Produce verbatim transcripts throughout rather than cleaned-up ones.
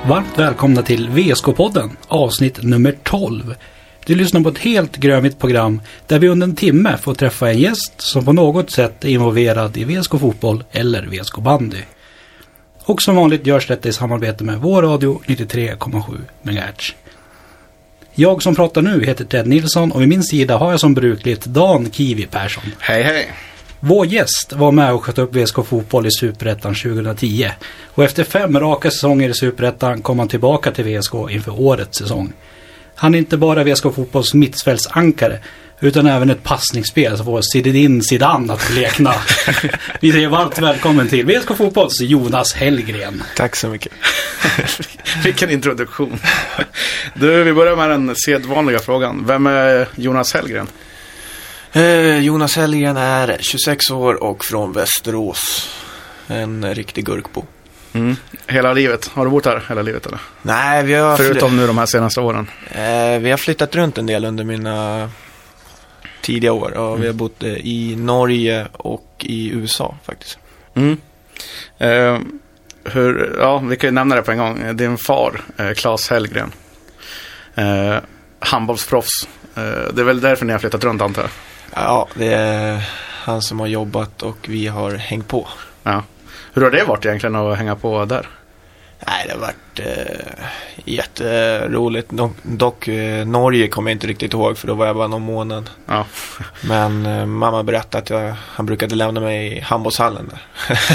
Varmt välkomna till V S K-podden, avsnitt nummer tolv. Du lyssnar på ett helt grömigt program där vi under en timme får träffa en gäst som på något sätt är involverad i V S K-fotboll eller V S K-bandy. Och som vanligt görs detta i samarbete med vår radio nittiotre komma sju megahertz. Jag som pratar nu heter Ted Nilsson och vid min sida har jag som brukligt Dan Kiwi Persson. Hej hej! Vår gäst var med och sköt upp V S K-fotboll i Superettan tjugohundratio. Och efter fem raka säsonger i Superettan kom han tillbaka till V S K inför årets säsong. Han är inte bara V S K-fotbolls mittfältsankare utan även ett passningsspel som får Zinedine Zidane att blekna. Vi säger varmt välkommen till V S K-fotbolls Jonas Hellgren. Tack så mycket. Vilken introduktion. Du, vi börjar med den sedvanliga frågan. Vem är Jonas Hellgren? Eh, Jonas Hellgren är tjugosex år och från Västerås. En riktig gurkbo. Mm. Hela livet? Har du bott här hela livet eller? Nej, vi har Förutom fly- nu de här senaste åren. eh, Vi har flyttat runt en del under mina tidiga år. Och mm. vi har bott eh, i Norge och i U S A faktiskt. Mm. Eh, hur, ja, vi kan ju nämna det på en gång. Din far, eh, Claes Hellgren. Eh, handbollsproffs. Eh, det är väl därför ni har flyttat runt, antar jag? Ja, det är han som har jobbat och vi har hängt på. Ja. Hur har det varit egentligen att hänga på där? Nej, det har varit eh, jätteroligt. Dock, dock eh, Norge kommer jag inte riktigt ihåg för då var jag bara någon månad. Ja. Men eh, mamma berättade att jag, han brukade lämna mig i handbollshallen där.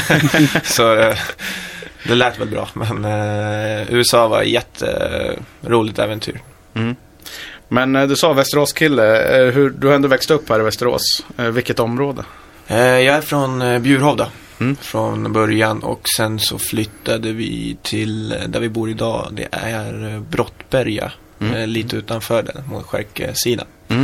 Så eh, det lät väl bra. Men eh, U S A var ett jätteroligt äventyr. Mm. Men eh, du sa Västerås kille. Eh, hur, du har ändå växt upp här i Västerås. Eh, vilket område? Eh, jag är från eh, Bjurhovda. Mm. Från början och sen så flyttade vi till där vi bor idag. Det är Brottberga, mm. lite utanför den mot Skärkesidan. Mm.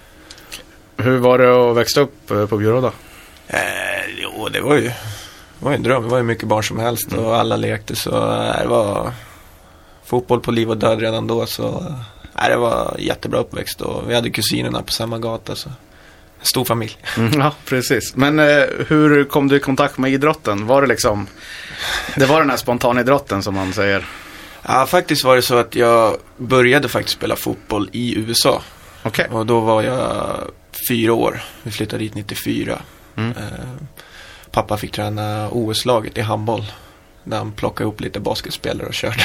Hur var det att växa upp på Bjurhovda? Eh, jo, det var ju, det var ju en dröm. Det var ju mycket barn som helst mm. och alla lekte så det var fotboll på liv och död redan då så nej, det var jättebra uppväxt och vi hade kusinerna på samma gata så. Stor familj. Mm, ja, precis. Men eh, hur kom du i kontakt med idrotten? Var det liksom det var den här spontanidrotten som man säger? Ja, faktiskt var det så att jag började faktiskt spela fotboll i U S A. Okej. Och då var jag fyra år. Vi flyttade dit nittiofyra. Mm. Eh, pappa fick träna O S-laget i handboll. Där han plockade ihop lite basketspelare och körde.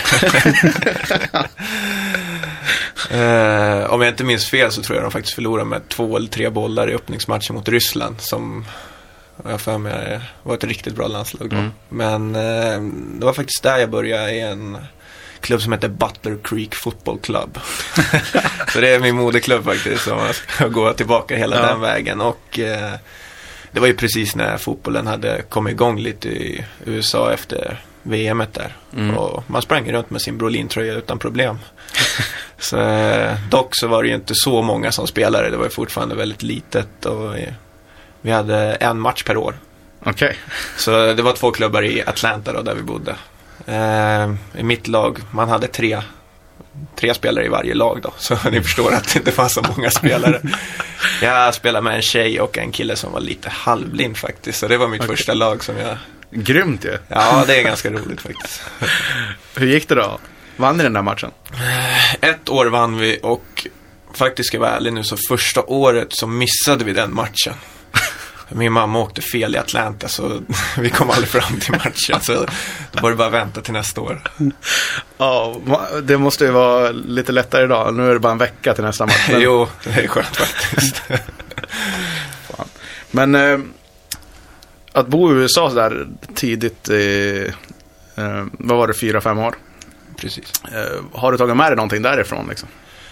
Uh, om jag inte minns fel så tror jag de faktiskt förlorade med två eller tre bollar i öppningsmatchen mot Ryssland som jag för mig var ett riktigt bra landslag då. Mm. Men uh, det var faktiskt där jag började i en klubb som heter Butler Creek Football Club. Så det är min moderklubb faktiskt som jag ska gå tillbaka hela ja. den vägen och uh, det var ju precis när fotbollen hade kommit igång lite i U S A efter V M-et där. Mm. Och man sprang runt med sin Brolin-tröja utan problem. Så, dock så var det ju inte så många som spelade. Det var ju fortfarande väldigt litet. Och vi hade en match per år. Okej. Okay. Så det var två klubbar i Atlanta då, där vi bodde. Eh, I mitt lag, man hade tre, tre spelare i varje lag då. Så ni förstår att det inte fanns så många spelare. Jag spelade med en tjej och en kille som var lite halvblind faktiskt. Så det var mitt okay. första lag som jag... Grymt ju. Ja, det är ganska roligt faktiskt. Hur gick det då? Vann ni den där matchen? Ett år vann vi och faktiskt ska jag vara ärlig nu så första året så missade vi den matchen. Min mamma åkte fel i Atlanta så vi kom aldrig fram till matchen så då var det bara att vänta till nästa år. Ja, det måste ju vara lite lättare idag. Nu är det bara en vecka till nästa match. Men... Jo, det är skönt faktiskt. Fan. Men eh, att bo i U S A så där tidigt eh, eh, vad var det, fyra, fem år? Precis. Eh, har du tagit med dig någonting därifrån liksom?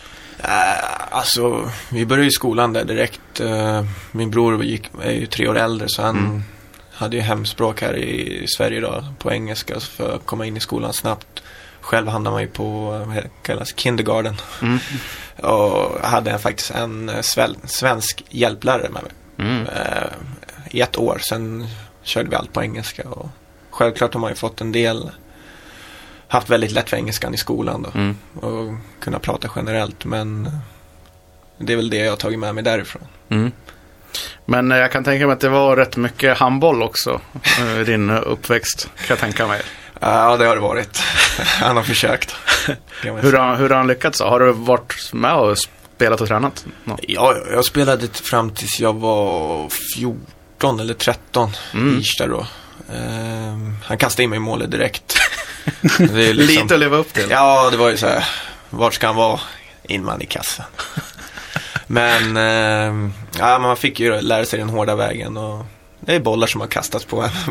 Uh, alltså, vi började i skolan där direkt. Uh, min bror gick, är ju tre år äldre så han mm. hade ju hemspråk här i Sverige då, på engelska för att komma in i skolan snabbt. Själv hamnade man ju på vad kallas kindergarten. Mm. Och hade jag faktiskt en sväl, svensk hjälplärare med mig. Mm. Uh, I ett år, sen körde vi allt på engelska. Och självklart har man ju fått en del... haft väldigt lätt för engelskan i skolan då. Mm. Och kunna prata generellt. Men det är väl det jag har tagit med mig därifrån. Mm. Men jag kan tänka mig att det var rätt mycket handboll också. Din uppväxt, kan jag tänka mig. Ja, det har det varit. han har försökt. hur, har, hur har han lyckats? Har du varit med och spelat och tränat? No. Ja, jag spelade fram tills jag var fjorton eller tretton mm. i Irsta då. Uh, han kastade in mig i målet direkt. Det är liksom, lite att leva upp till. Ja, det var ju så här, vart ska han vara? In man i kassan. Men uh, ja, man fick ju lära sig den hårda vägen och det är bollar som har kastats på en.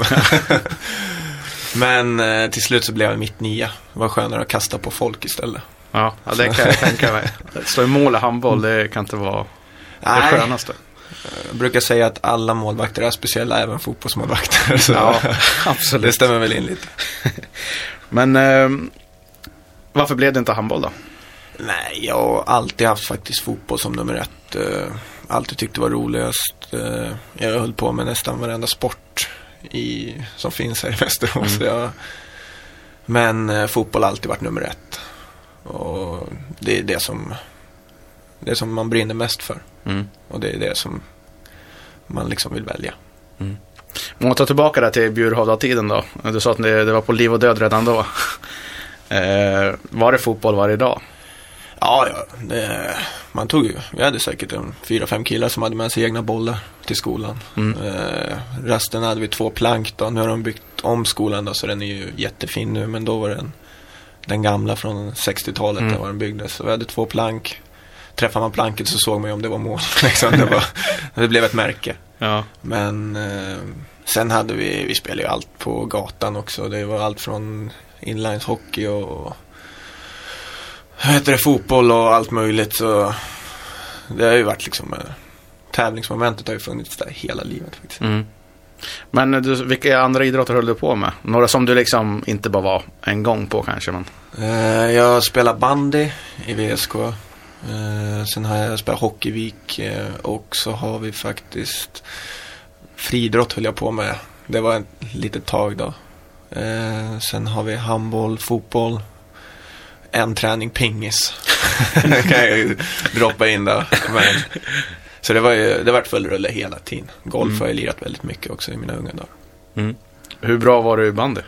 Men uh, till slut så blev jag mitt nia. Det var skönare att kasta på folk istället. Ja, det kan jag tänka mig. Stå i mål i handboll, det kan inte vara det Nej. skönaste. Jag brukar säga att alla målvakter är speciella, även fotbollsmålvakter. Så ja, absolut. Det stämmer väl in lite. Men eh, varför blev det inte handboll då? Nej, jag har alltid haft faktiskt fotboll som nummer ett. Uh, alltid tyckte det var roligast. Uh, jag höll på med nästan varenda sport i, som finns här i Västerås. Mm. Jag, men uh, fotboll har alltid varit nummer ett. Och det är det som, det som man brinner mest för. Mm. Och det är det som man liksom vill välja. Mm. Om man tar tillbaka det till Bjurholda-tiden då. Du sa att det, det var på liv och död redan då. Eh, var det fotboll varje dag? Ja, ja det, man tog ju, vi hade säkert en fyra, fem killar som hade med sig egna bollar till skolan. Mm. Eh, resten hade vi två plank då. Nu har de byggt om skolan då, så den är ju jättefin nu. Men då var den, den gamla från sextiotalet mm. där var den byggdes. Så vi hade två plank. Träffade man planket så såg man ju om det var mål. Liksom. det, var, det blev ett märke. Ja. Men eh, sen hade vi, vi spelade ju allt på gatan också. Det var allt från inlineshockey och heter det, fotboll och allt möjligt. Så det har ju varit liksom eh, tävlingsmomentet har ju funnits där hela livet faktiskt. Mm. Men du, vilka andra idrotter höll du på med? Några som du liksom inte bara var en gång på kanske? Men... Eh, jag spelar bandy i V S K. Eh, sen har jag spelat hockeyvik eh, och så har vi faktiskt friidrott höll jag på med. Det var ett litet tag då. Eh, sen har vi handboll, fotboll, en träning pingis. kan jag ju droppa in där. Men, så det var ju det var full rulle hela tiden. Golf mm. har jag lirat väldigt mycket också i mina unga dagar. Mm. Hur bra var du i bandy?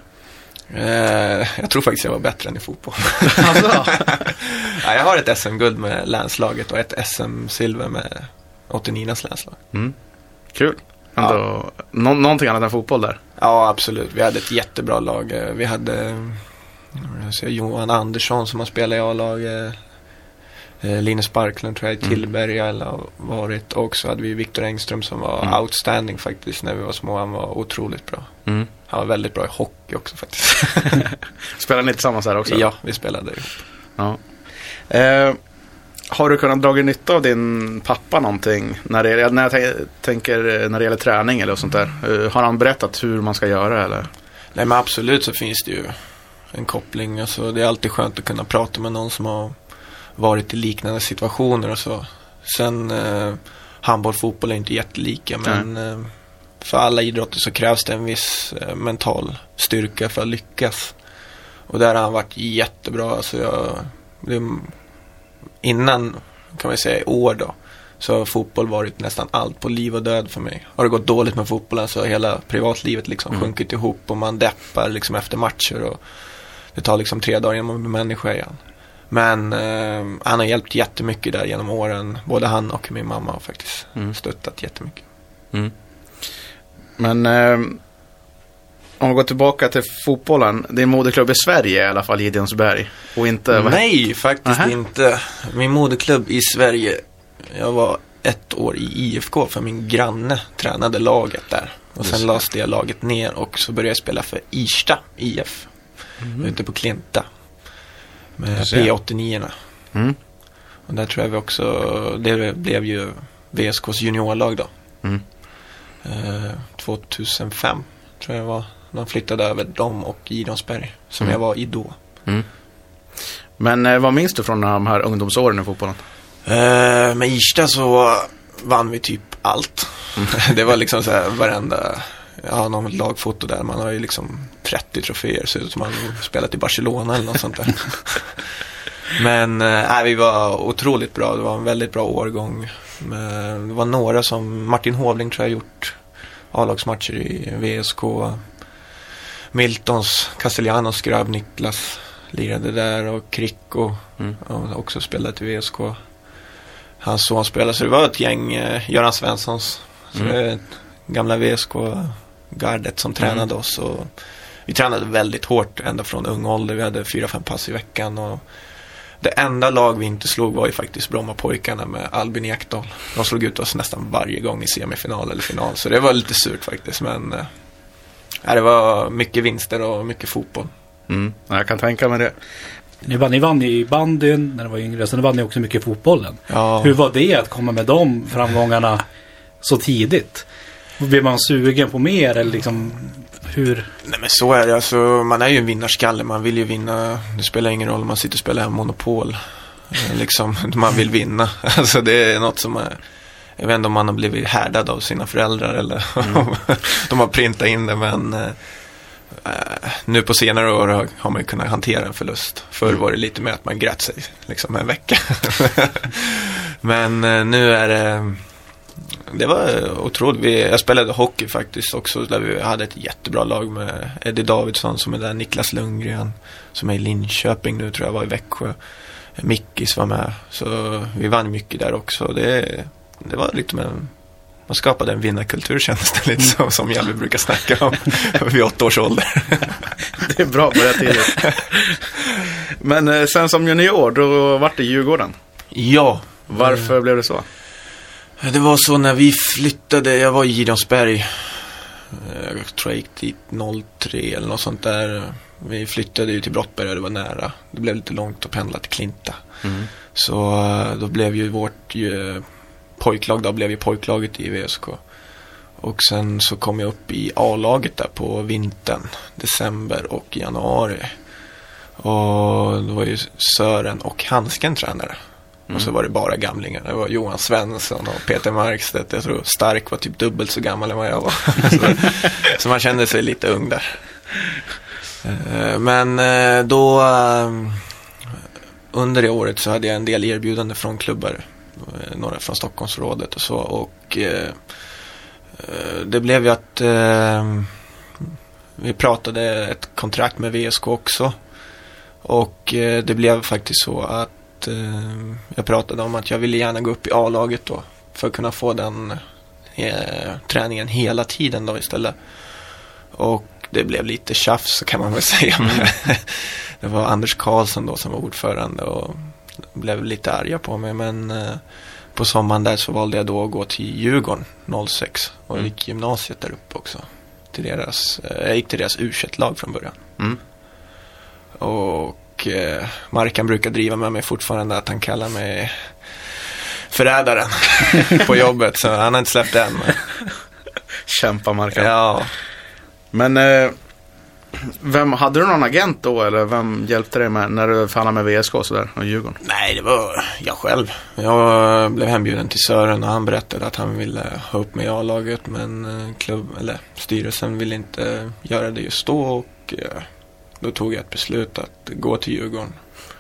Eh, jag tror faktiskt jag var bättre än i fotboll. Alltså. Ja, jag har ett S M-guld med länslaget och ett S M-silver med åttionio:s länslag. Mm. Kul. Ändå, ja. nå- någonting annat än fotboll där? Ja, absolut. Vi hade ett jättebra lag. Vi hade jag ser, Johan Andersson som har spelat i A-laget. Eh, Linus Sparklund tror jag i Tillberga mm. har varit. Och så hade vi Viktor Engström som var mm. outstanding faktiskt när vi var små. Han var otroligt bra. Mm. Han var väldigt bra i hockey också faktiskt. Spelade ni tillsammans här också? Ja, vi spelade ihop. Ja. Eh, har du kunnat dra nytta av din pappa någonting när, det, när jag t- tänker när det gäller träning eller sånt där? Eh, har han berättat hur man ska göra eller? Nej, men absolut så finns det ju en koppling. Alltså, det är alltid skönt att kunna prata med någon som har varit i liknande situationer och så. Sen eh, handboll, fotboll är inte jättelika, men mm. eh, för alla idrotter så krävs det en viss eh, mental styrka för att lyckas. Och där har han varit jättebra. Alltså jag, det, innan kan man säga i år då, så har fotboll varit nästan allt på liv och död för mig. Har det gått dåligt med fotbollen så har hela privatlivet liksom mm. sjunkit ihop och man deppar liksom efter matcher och det tar liksom tre dagar innan man blir människa igen. Men eh, han har hjälpt jättemycket där genom åren. Både han och min mamma har faktiskt mm. stöttat jättemycket. Mm. Men eh, om vi går tillbaka till fotbollen. Det är moderklubb i Sverige i alla fall, Gideonsberg. Och inte... Nej, faktiskt uh-huh. inte. Min moderklubb i Sverige, jag var ett år i I F K för min granne tränade laget där. Och sen lades det laget ner och så började jag spela för Irsta I F. Mm. Ute på Klinta. Med P åttionio. Mm. Och där tror jag vi också, det blev ju V S K:s juniorlag då. Mm. Eh, tjugohundrafem tror jag var. De flyttade över dem och Gideonsberg som mm. jag var i då. Mm. Men eh, vad minns du från de här ungdomsåren i fotbollen? Eh, med Irsta så vann vi typ allt. Mm. Det var liksom så här varenda... Jag har någon lagfoto där. Man har ju liksom trettio troféer. Så ut som man spelat i Barcelona eller något sånt där. Men äh, vi var otroligt bra. Det var en väldigt bra årgång. Men det var några som Martin Hovling tror jag gjort A-lagsmatcher i V S K. Miltons, Castellanos, Grabb, Niklas, lirade där, och Kricko mm. och också spelade till V S K. Hans son spelade, så det var ett gäng, eh, Göran Svenssons, så mm. det gamla V S K-gardet som tränade mm. oss, och vi tränade väldigt hårt ända från ung ålder. Vi hade fyra, fem pass i veckan, och det enda lag vi inte slog var ju faktiskt Brommapojkarna med Albin Ekdal. De slog ut oss nästan varje gång i semifinal eller final, så det var lite surt faktiskt, men äh, det var mycket vinster och mycket fotboll. Mm. Jag kan tänka mig det. Ni vann, ni vann i bandyn när det var yngre, sen vann ni också mycket fotbollen. Ja. Hur var det att komma med de framgångarna så tidigt? Blir man sugen på mer, eller liksom hur? Nej, men så är det. Alltså, man är ju en vinnarskalle. Man vill ju vinna. Det spelar ingen roll om man sitter och spelar här Monopol. liksom, man vill vinna. Alltså det är något som är... Jag vet inte om man har blivit härdad av sina föräldrar eller mm. de har printat in det, men äh, nu på senare år har, har man ju kunnat hantera en förlust. Förr var det lite mer att man grät sig liksom en vecka. Men äh, nu är det... Det var otroligt. Jag spelade hockey faktiskt också, där vi hade ett jättebra lag med Eddie Davidsson som är där, Niklas Lundgren som är i Linköping nu, tror jag var i Växjö. Mickis var med, så vi vann mycket där också. Det, det var lite med, man skapade en vinnarkultur, känns det lite som, som jag brukar snacka om vid åtta års ålder. Det är bra på det tidigt. Men sen som junior, då var det Djurgården. Ja. Varför mm. blev det så? Det var så när vi flyttade, jag var i Gideonsberg, jag tror jag gick dit noll tre eller något sånt där. Vi flyttade ju till Brottberg och det var nära. Det blev lite långt att pendla till Klinta. Mm. Så då blev ju vårt ju, pojklag, då blev ju pojklaget i V S K. Och sen så kom jag upp i A-laget där på vintern, december och januari. Och då var ju Sören och Hansken tränare. Mm. Och så var det bara gamlingar. Det var Johan Svensson och Peter Markstedt. Jag tror Stark var typ dubbelt så gammal än vad jag var. så, så man kände sig lite ung där. Men då under det året så hade jag en del erbjudande från klubbar, några från Stockholmsrådet och så, och det blev ju att vi pratade ett kontrakt med V S K också, och det blev faktiskt så att jag pratade om att jag ville gärna gå upp i A-laget då för att kunna få den eh, träningen hela tiden då istället. Och det blev lite tjafs, kan man väl säga. Mm. Det var Anders Karlsson då som var ordförande och blev lite arga på mig, men eh, på sommaren där så valde jag då att gå till Djurgården noll sex och mm. gick gymnasiet där uppe också. Till deras, eh, jag gick till deras U tjugoett-lag från början. Mm. Och eh, Markan brukar driva med mig fortfarande att han kallar mig förrädaren på jobbet, så han har inte släppt än. Kämpa Markan. Ja. Men eh, vem, hade du någon agent då, eller vem hjälpte dig med när du fann med V S K så där, och Djurgården? Nej, det var jag själv. Jag blev hembjuden till Sören och han berättade att han ville ha upp mig i A-laget, men klubb, eller styrelsen ville inte göra det just då, och eh, då tog jag ett beslut att gå till Djurgården.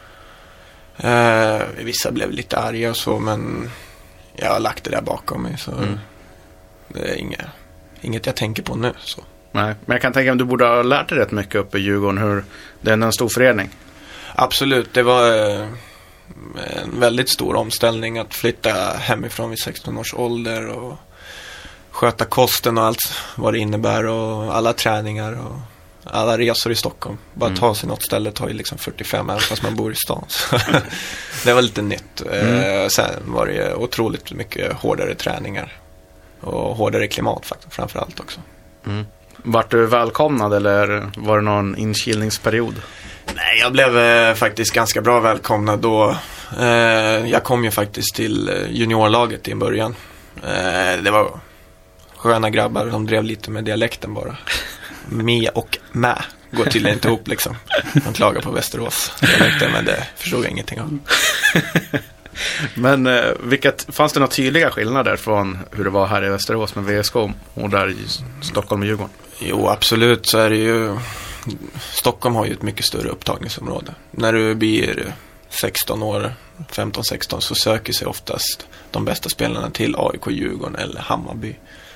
Eh, vissa blev lite arga och så, men jag har lagt det där bakom mig, så mm. det är inget, inget jag tänker på nu. Så. Nej, men jag kan tänka att du borde ha lärt dig rätt mycket uppe i Djurgården, hur det är en stor förening. Absolut, det var eh, en väldigt stor omställning att flytta hemifrån vid sexton års ålder och sköta kosten och allt vad det innebär, och alla träningar och alla resor i Stockholm. Bara mm. ta sig något ställe tar ju liksom fyrtiofem även fast man bor i stan. Det var lite nytt. Mm. Eh, sen var det otroligt mycket hårdare träningar och hårdare klimat framförallt också. Mm. Vart du välkomnad eller var det någon inkilningsperiod? Nej, jag blev eh, faktiskt ganska bra välkomnad då. Eh, jag kom ju faktiskt till juniorlaget i början. Eh, det var sköna grabbar, de drev lite med dialekten bara. Me och mä går till inte ihop liksom. Man klagar på Västerås dialekten, men det förstod jag ingenting av. Men eh, vilket, fanns det några tydliga skillnader från hur det var här i Västerås med V S K och där i Stockholm och Djurgården? Jo, absolut, så är det ju. Stockholm har ju ett mycket större upptagningsområde. När du blir sexton år, femton sexton, så söker sig oftast de bästa spelarna till A I K, Djurgården eller Hammarby.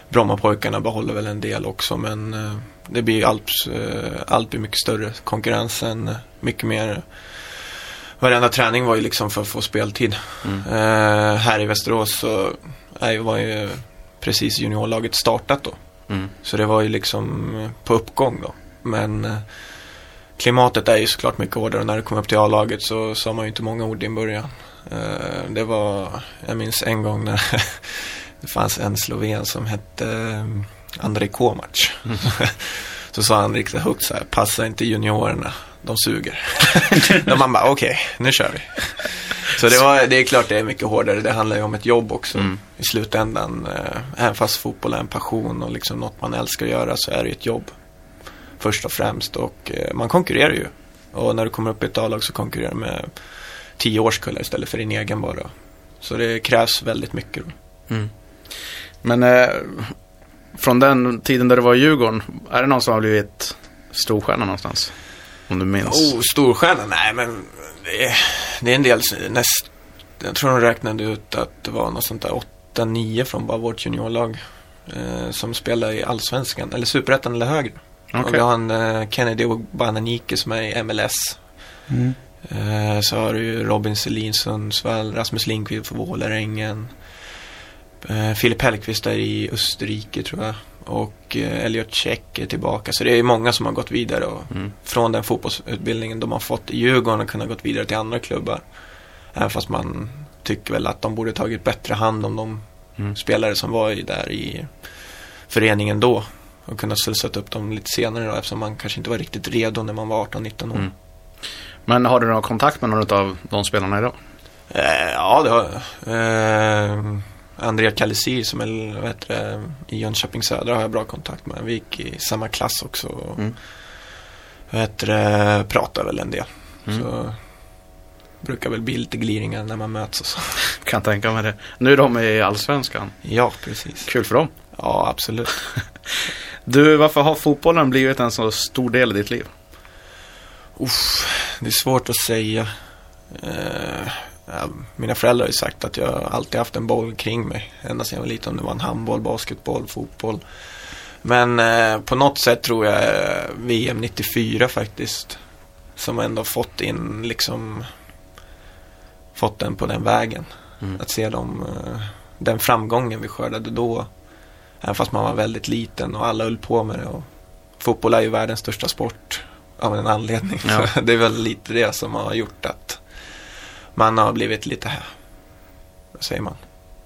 Brommapojkarna behåller väl en del också, men eh, det blir allt, eh, allt blir mycket större. Konkurrensen, mycket mer. Varenda träning var ju liksom för att få speltid. Mm. Eh, här i Västerås så eh, var ju precis juniorlaget startat då. Mm. Så det var ju liksom på uppgång då. Men eh, klimatet är ju såklart mycket hårdare. När det kom upp till A-laget så sa man ju inte många ord i början. Eh, det var, jag minns en gång när det fanns en sloven som hette eh, Andrej Komac. Mm. Så sa han riktigt högt så här: passa inte juniorerna, de suger. Då man bara, okej, okay, nu kör vi. Så det, var, det är klart det är mycket hårdare. Det handlar ju om ett jobb också mm. i slutändan. Eh, även fast fotboll är en passion och liksom något man älskar att göra, så är det ett jobb först och främst. Och eh, man konkurrerar ju. Och när du kommer upp i ett A-lag så konkurrerar du med tio årskullar istället för din egen bara. Så det krävs väldigt mycket. Mm. Men eh, från den tiden där du var i Djurgården, är det någon som har blivit storstjärna någonstans? Om du minns. Oh, storstjärna? Nej, men det är, det är en del näst, jag tror de räknade ut att det var något sånt där åtta nio från bara vårt juniorlag eh, som spelar i Allsvenskan eller Superettan eller högre. Okay. Och vi har en eh, Kennedy och Bananike som är i M L S. Mm. Eh, så har du ju Robin Selin Sundsvall, Rasmus Lindqvist för Vålerengen, eh, Filip Hellqvist är i Österrike tror jag, och eh, Elliot Check är tillbaka. Så det är många som har gått vidare och mm. från den fotbollsutbildningen de har fått i Djurgården och kunnat gått vidare till andra klubbar. Även fast man tycker väl att de borde tagit bättre hand om de mm. spelare som var i, där i föreningen då och kunnat slussat upp dem lite senare då, eftersom man kanske inte var riktigt redo när man var arton nitton år. Mm. Men har du någon kontakt med någon av de spelarna idag? Eh, ja, det har jag. Eh, Andrea Kallisir som är vad heter det, i Jönköping Södra har jag bra kontakt med. Vi gick i samma klass också. Och, mm. vad heter det, pratar väl en del. Mm. Så brukar väl bli lite gliringar när man möts och så. Kan tänka mig det. Nu är de i Allsvenskan. Ja, precis. Kul för dem. Ja, absolut. Du, varför har fotbollen blivit en så stor del i ditt liv? Uff, det är svårt att säga. Eh, ja, mina föräldrar har ju sagt att jag alltid haft en boll kring mig. Ända sedan jag var liten, om det var en handboll, basketboll, fotboll. Men eh, på något sätt tror jag V M nittiofyra faktiskt, som ändå fått in liksom fått den på den vägen. Mm. Att se dem, eh, den framgången vi skördade då, även fast man var väldigt liten och alla höll på med det. Och fotboll är ju världens största sport av en anledning. Ja. Så det är väl lite det som har gjort att man har blivit lite här, vad säger man,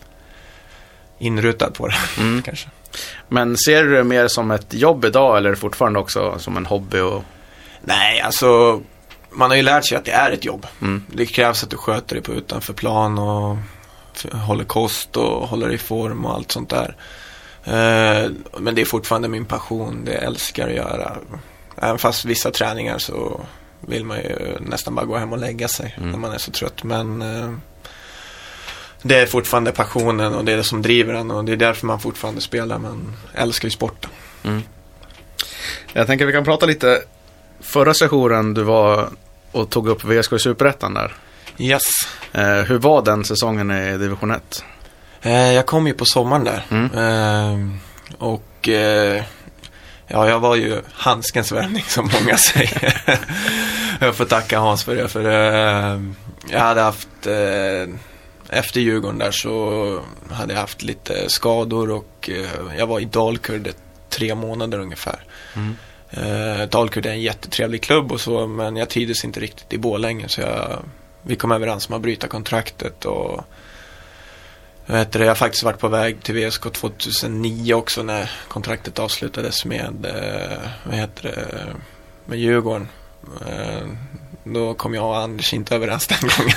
inrutad på det. Mm. Kanske. Men ser du det mer som ett jobb idag eller fortfarande också som en hobby? Och... Nej, alltså man har ju lärt sig att det är ett jobb. Mm. Det krävs att du sköter dig på utanför plan och håller kost och håller i form och allt sånt där. Uh, men det är fortfarande min passion. Det jag älskar att göra. Även fast vissa träningar så vill man ju nästan bara gå hem och lägga sig mm. när man är så trött. Men uh, det är fortfarande passionen och det är det som driver en. Och det är därför man fortfarande spelar. Men älskar ju sporten. Mm. Jag tänker vi kan prata lite. Förra sessionen du var och tog upp V S K i Superettan där. Yes. Uh, hur var den säsongen i division ett? Jag kom ju på sommaren där. Mm. Eh, och eh, ja, jag var ju handskens värvning som många säger. Jag får tacka Hans för det. För eh, jag hade haft eh, efter Djurgården där så hade jag haft lite skador. Och eh, jag var i Dalkurd tre månader ungefär. Mm. eh, Dalkurd är en jättetrevlig klubb och så, men jag trivdes inte riktigt i Borlänge. Så jag, vi kom överens om att bryta kontraktet. Och Jag, vet det, jag har faktiskt varit på väg till V S K tjugohundranio också när kontraktet avslutades med, vad heter det, med Djurgården. Då kom jag och Anders inte överens den gången.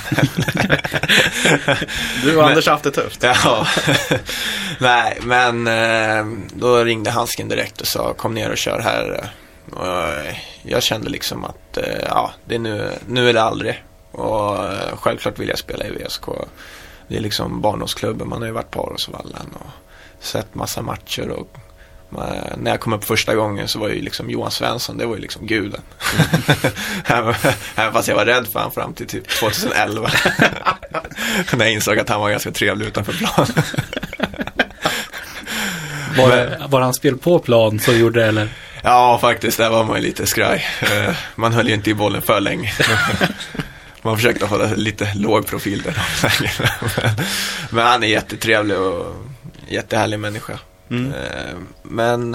Du och Anders har haft det tufft. Ja. Nej, men då ringde Hansken direkt och sa kom ner och kör här. Och jag kände liksom att ja, det är nu, nu är det aldrig. Och självklart vill jag spela i V S K. Det är liksom barndomsklubben, man har ju varit på Arosvallen och sett massa matcher. Och man, när jag kom upp första gången så var ju liksom Johan Svensson, det var ju liksom guden. Mm. Även fast jag var rädd för han fram till typ tjugoelva. När jag insåg att han var ganska trevlig utanför plan. Var, det, var han spel på plan så gjorde det, eller? Ja, faktiskt. Där var man ju lite skraj. Man höll ju inte i bollen för länge. Man försökte hålla lite låg profil där. men, men han är jättetrevlig och jättehärlig människa. Mm. Men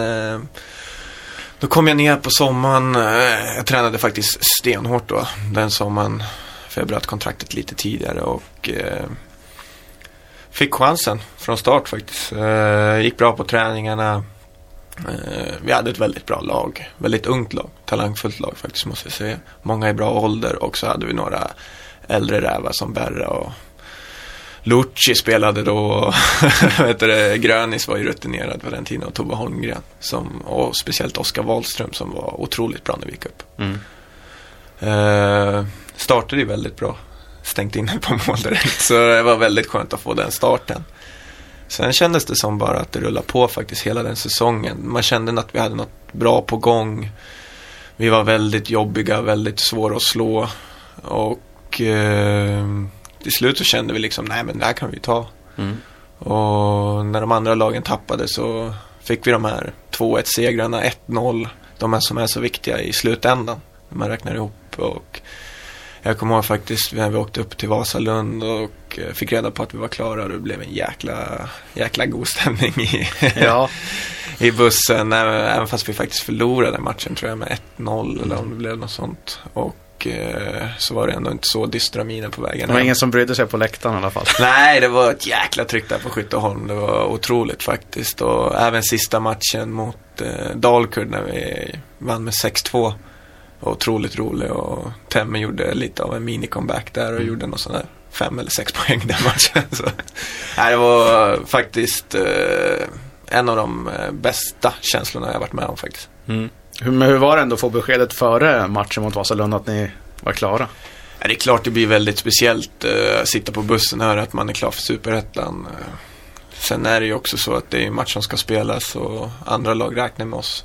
då kom jag ner på sommaren. Jag tränade faktiskt stenhårt då. Den sommaren. För jag bröt kontraktet lite tidigare och fick chansen från start faktiskt. Gick bra på träningarna. Vi hade ett väldigt bra lag. Väldigt ungt lag. Talangfullt lag faktiskt, måste jag säga. Många i bra ålder. Och så hade vi några äldre rävar som Berra och Lucci spelade då. Vet du, Grönis var ju rutinerad på den tiden. Och Tobbe Holmgren. Som, och speciellt Oskar Wahlström som var otroligt bra när vi gick upp. Mm. Uh, startade ju väldigt bra. Stängt in på mål direkt. Så det var väldigt skönt att få den starten. Sen kändes det som bara att det rullade på faktiskt hela den säsongen. Man kände att vi hade något bra på gång. Vi var väldigt jobbiga, väldigt svåra att slå. Och eh, till slut så kände vi liksom, nej men det här kan vi ta. Mm. Och när de andra lagen tappade så fick vi de här två ett segrarna, ett noll. De här som är så viktiga i slutändan. Man räknar ihop och... Jag kommer ihåg faktiskt när vi åkte upp till Vasalund och fick reda på att vi var klara och det blev en jäkla, jäkla god stämning i, ja. i bussen. Även fast vi faktiskt förlorade matchen tror jag med ett noll eller om det blev något sånt. Och eh, så var det ändå inte så dystra miner på vägen. Det var ingen som brydde sig på läktaren i alla fall. Nej, det var ett jäkla tryck där på Skytteholm. Det var otroligt faktiskt. Och även sista matchen mot eh, Dalkurd när vi vann med sex två. Var otroligt rolig och Temme gjorde lite av en mini-comeback där och mm. gjorde någon sån där fem eller sex poäng den matchen. Så, nej, det var faktiskt eh, en av de eh, bästa känslorna jag varit med om faktiskt. Mm. Hur, men hur var det ändå att få beskedet före matchen mot Vasalund att ni var klara? Ja, det är klart det blir väldigt speciellt eh, sitta på bussen och höra att man är klar för Superettan. Sen är det ju också så att det är en match som ska spelas och andra lag räknar med oss.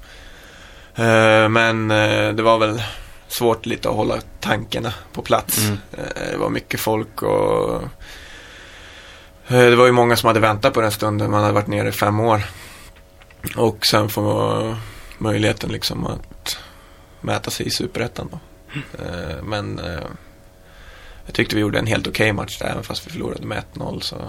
Men det var väl svårt lite att hålla tankarna på plats. Mm. Det var mycket folk och det var ju många som hade väntat på den stunden. Man hade varit nere i fem år. Och sen får möjligheten liksom att mäta sig i Superettan då. Mm. Men jag tyckte vi gjorde en helt okej match där, även fast vi förlorade med ett noll så...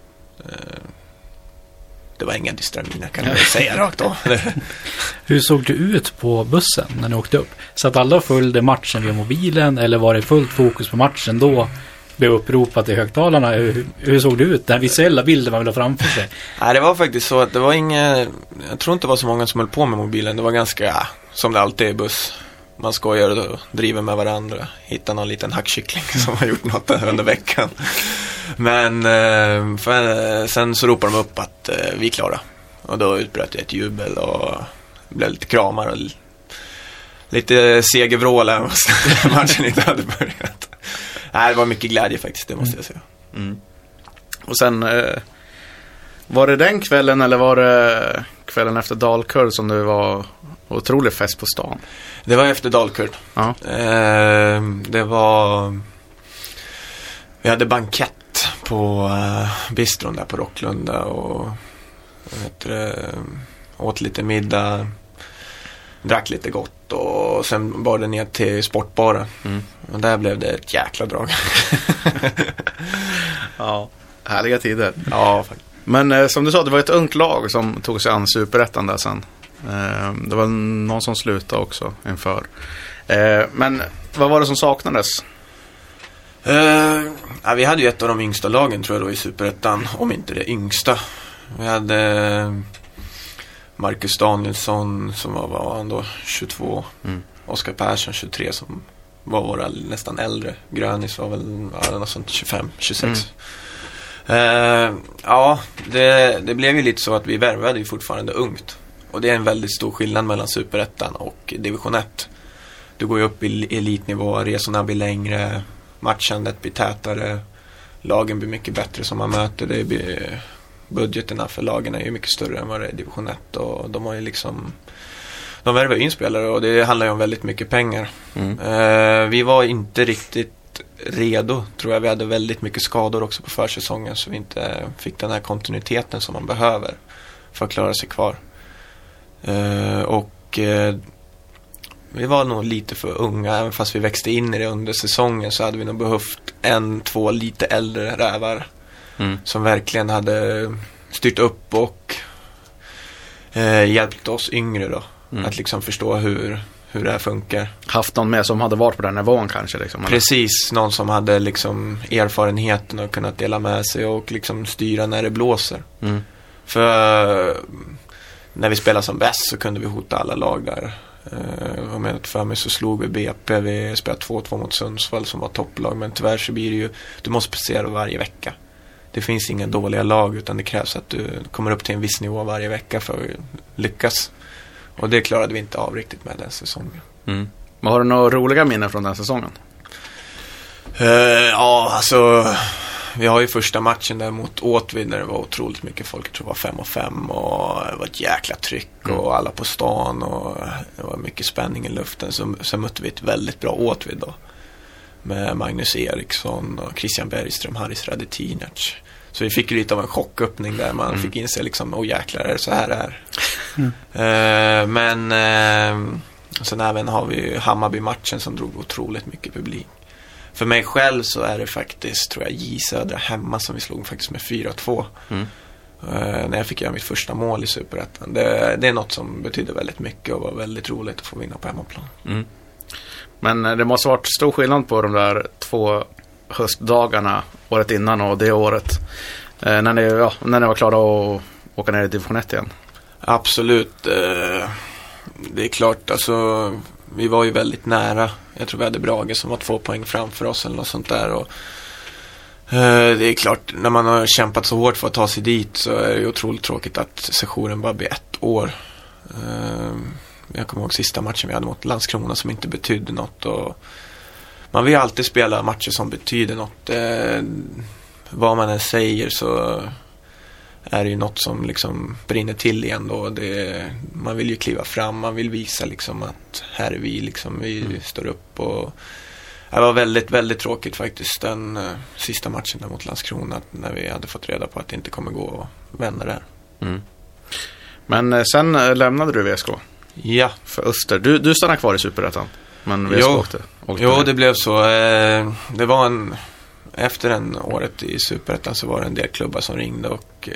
Det var inga distraminer kan jag säga rakt av. Hur såg det ut på bussen när ni åkte upp? Så att alla följde matchen via mobilen eller var det fullt fokus på matchen då? Blev uppropat i högtalarna. Hur, hur såg det ut? Den visuella bilden man ville ha framför sig. Nej, det var faktiskt så att det var inga... Jag tror inte det var så många som höll på med mobilen. Det var ganska, ja, som det alltid är i buss. Man skojar och driver med varandra. Hittar någon liten hackkyckling som har gjort något under veckan. Men för, sen så ropade de upp att eh, vi är klara. Och då utbröt jag ett jubel och det blev lite kramar och lite segervrål här matchen inte hade börjat. Nej, det var mycket glädje faktiskt, det måste jag säga. Mm. Och sen eh, var det den kvällen eller var det kvällen efter Dalkurd som det var otrolig fest på stan? Det var efter Dalkurd. Ja. Eh, det var... Vi hade bankett på uh, bistron där på Rocklunda och vet du, åt lite middag, drack lite gott och sen bar det ner till sportbaren. Mm. Och där blev det ett jäkla drag. Ja, härliga tider. Ja, faktiskt. Men eh, som du sa, det var ett ungt lag som tog sig an Superettan där sen. Eh, det var någon som slutade också inför. Eh, men vad var det som saknades? Uh, ja, vi hade ju ett av de yngsta lagen tror jag då i Superettan, om inte det yngsta. Vi hade Marcus Danielsson som var, var han då tjugotvå, mm. Oskar Persson tjugotre som var våra nästan äldre. Grönis var väl ja, något sånt tjugofem tjugosex. Mm. Uh, ja, det, det blev ju lite så att vi värvade ju fortfarande ungt. Och det är en väldigt stor skillnad mellan Superettan och division ett. Du går ju upp i elitnivå, resorna blir längre, matchandet blir tätare, lagen blir mycket bättre som man möter. Det blir, budgeterna för lagen är ju mycket större än vad det är i division ett och de har ju liksom de värvar inspelare och det handlar ju om väldigt mycket pengar. Mm. Uh, vi var inte riktigt redo, tror jag. Vi hade väldigt mycket skador också på försäsongen så vi inte fick den här kontinuiteten som man behöver för att klara sig kvar. Uh, och uh, vi var nog lite för unga, även fast vi växte in i det under säsongen, så hade vi nog behövt en, två lite äldre rävar mm. som verkligen hade styrt upp och uh, hjälpt oss yngre då mm. att liksom förstå hur, hur det här funkar. Haft någon med som hade varit på den nivån kanske liksom, eller? Precis, någon som hade liksom erfarenheten och kunnat dela med sig och liksom styra när det blåser. Mm. För uh, när vi spelade som bäst så kunde vi hota alla lag där. Uh, om jag inte för mig så slog vi B P. Vi spelade två två mot Sundsvall som var topplag. Men tyvärr så blir det ju, du måste prestera varje vecka. Det finns inga dåliga lag, utan det krävs att du kommer upp till en viss nivå varje vecka för att lyckas. Och det klarade vi inte av riktigt med den säsongen. Mm. Men har du några roliga minnen från den säsongen? Uh, ja, alltså... Vi har ju första matchen där mot Åtvid när det var otroligt mycket folk. Jag tror det var fem och fem och det var ett jäkla tryck mm. och alla på stan och det var mycket spänning i luften. Så, så mötte vi ett väldigt bra Åtvid då. Med Magnus Eriksson och Christian Bergström, Haris Radetinac. Så vi fick ju lite av en chocköppning där man mm. fick inse liksom, åh jäklar, är det så här det är? Mm. Uh, men uh, sen även har vi Hammarby-matchen som drog otroligt mycket publik. För mig själv så är det faktiskt, tror jag, J Södra hemma som vi slog faktiskt med fyra två. Mm. Uh, när jag fick göra mitt första mål i Superettan. Det, det är något som betyder väldigt mycket och var väldigt roligt att få vinna på hemmaplan. Mm. Men det måste ha varit stor skillnad på de där två höstdagarna året innan och det året. Uh, när, ni, ja, när ni var klara att åka ner i division ett igen. Absolut. Uh, det är klart, alltså... Vi var ju väldigt nära. Jag tror vi hade Brage som var två poäng framför oss eller något sånt där. Och, eh, det är klart, när man har kämpat så hårt för att ta sig dit så är det ju otroligt tråkigt att sessionen bara blir ett år. Eh, jag kommer ihåg sista matchen vi hade mot Landskrona som inte betydde något. Och man vill alltid spela matcher som betyder något. Eh, vad man än säger så... är det ju något som liksom brinner till igen då. Det, man vill ju kliva fram, man vill visa liksom att här är vi liksom, vi mm. står upp och det var väldigt, väldigt tråkigt faktiskt den uh, sista matchen där mot Landskrona när vi hade fått reda på att det inte kommer gå att vända där. Mm. Men uh, sen uh, lämnade du V S K? Ja. För Öster. Du, du stannade kvar i Superettan, men V S K jo. åkte. åkte jo, det blev så. Uh, det var en... Efter en året i Superettan så var det en del klubbar som ringde och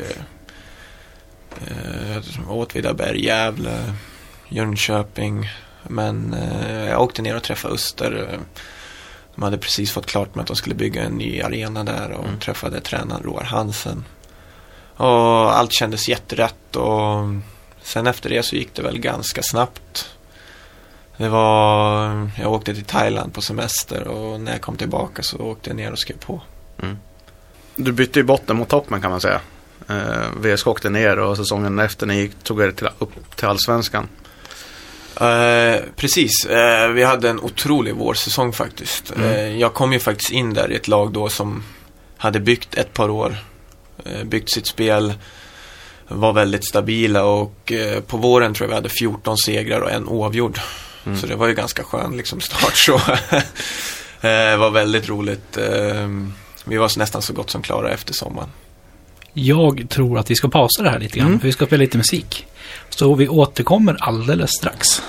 eh, eh, Åtvidaberg, Gävle, Jönköping. Men eh, jag åkte ner och träffade Öster. De hade precis fått klart med att de skulle bygga en ny arena där och mm. träffade tränaren Roar Hansen. Och allt kändes jätterätt och sen efter det så gick det väl ganska snabbt. Det var, jag åkte till Thailand på semester och när jag kom tillbaka så åkte jag ner och skrev på. Mm. Du bytte i botten mot toppen kan man säga. Eh, V S K åkte ner och säsongen efter ni gick, tog er till, upp till Allsvenskan. Eh, precis, eh, vi hade en otrolig vårsäsong faktiskt. Mm. Eh, jag kom ju faktiskt in där i ett lag då som hade byggt ett par år, eh, byggt sitt spel, var väldigt stabila och eh, på våren tror jag vi hade fjorton segrar och en oavgjord. Mm. Så det var ju ganska skön liksom start så. Det var väldigt roligt. Vi var nästan så gott som klara efter sommaren. Jag tror att vi ska pausa det här lite grann. Mm. För vi ska spela lite musik. Så vi återkommer alldeles strax.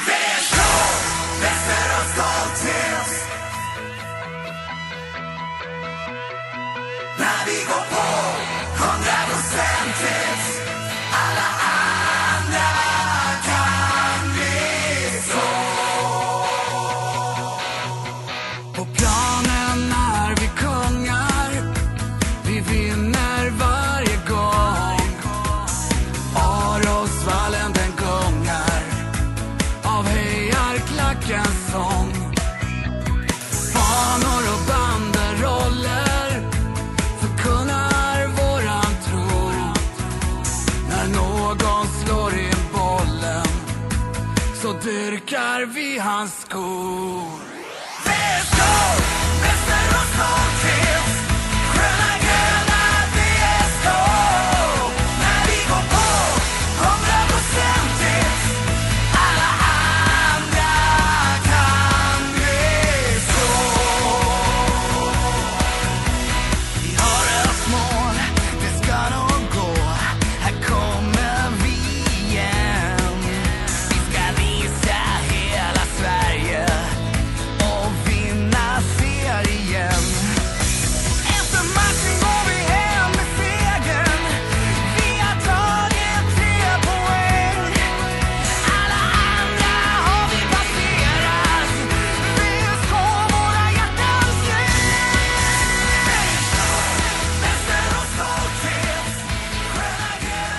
Dyrkar vi hans skor. V S K, mäster och stolthet. Sköna gröna V S K. När vi går på hundraprocentigt. Alla andra kan vi stå. Vi har ett mål, det ska nog gå. Här kommer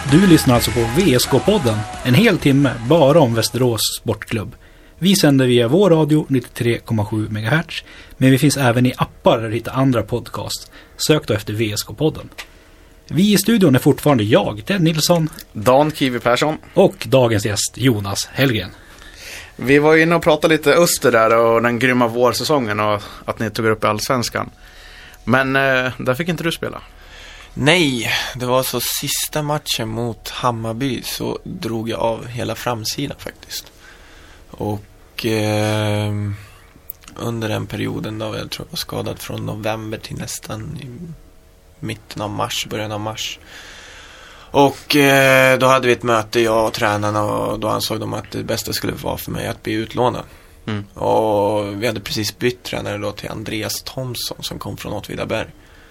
Du lyssnar alltså på V S K-podden, en hel timme bara om Västerås Sportklubb. Vi sänder via vår radio nittiotre komma sju megahertz, men vi finns även i appar där du hittar andra podcast. Sök då efter V S K-podden. Vi i studion är fortfarande jag, Ted Nilsson, Dan Kiwi Persson. och dagens gäst Jonas Hellgren. Vi var inne och pratade lite Öster där och den grymma vårsäsongen och att ni tog upp i Allsvenskan. Men eh, där fick inte du spela. Nej, det var så sista matchen mot Hammarby så drog jag av hela framsidan faktiskt. Och eh, under den perioden då jag tror jag var skadad från november till nästan i mitten av mars, början av mars. Och eh, då hade vi ett möte, jag och tränarna, och då ansåg de att det bästa skulle vara för mig att bli utlånad. Mm. Och vi hade precis bytt tränare då till Andreas Thomsson som kom från Åtvidaberg.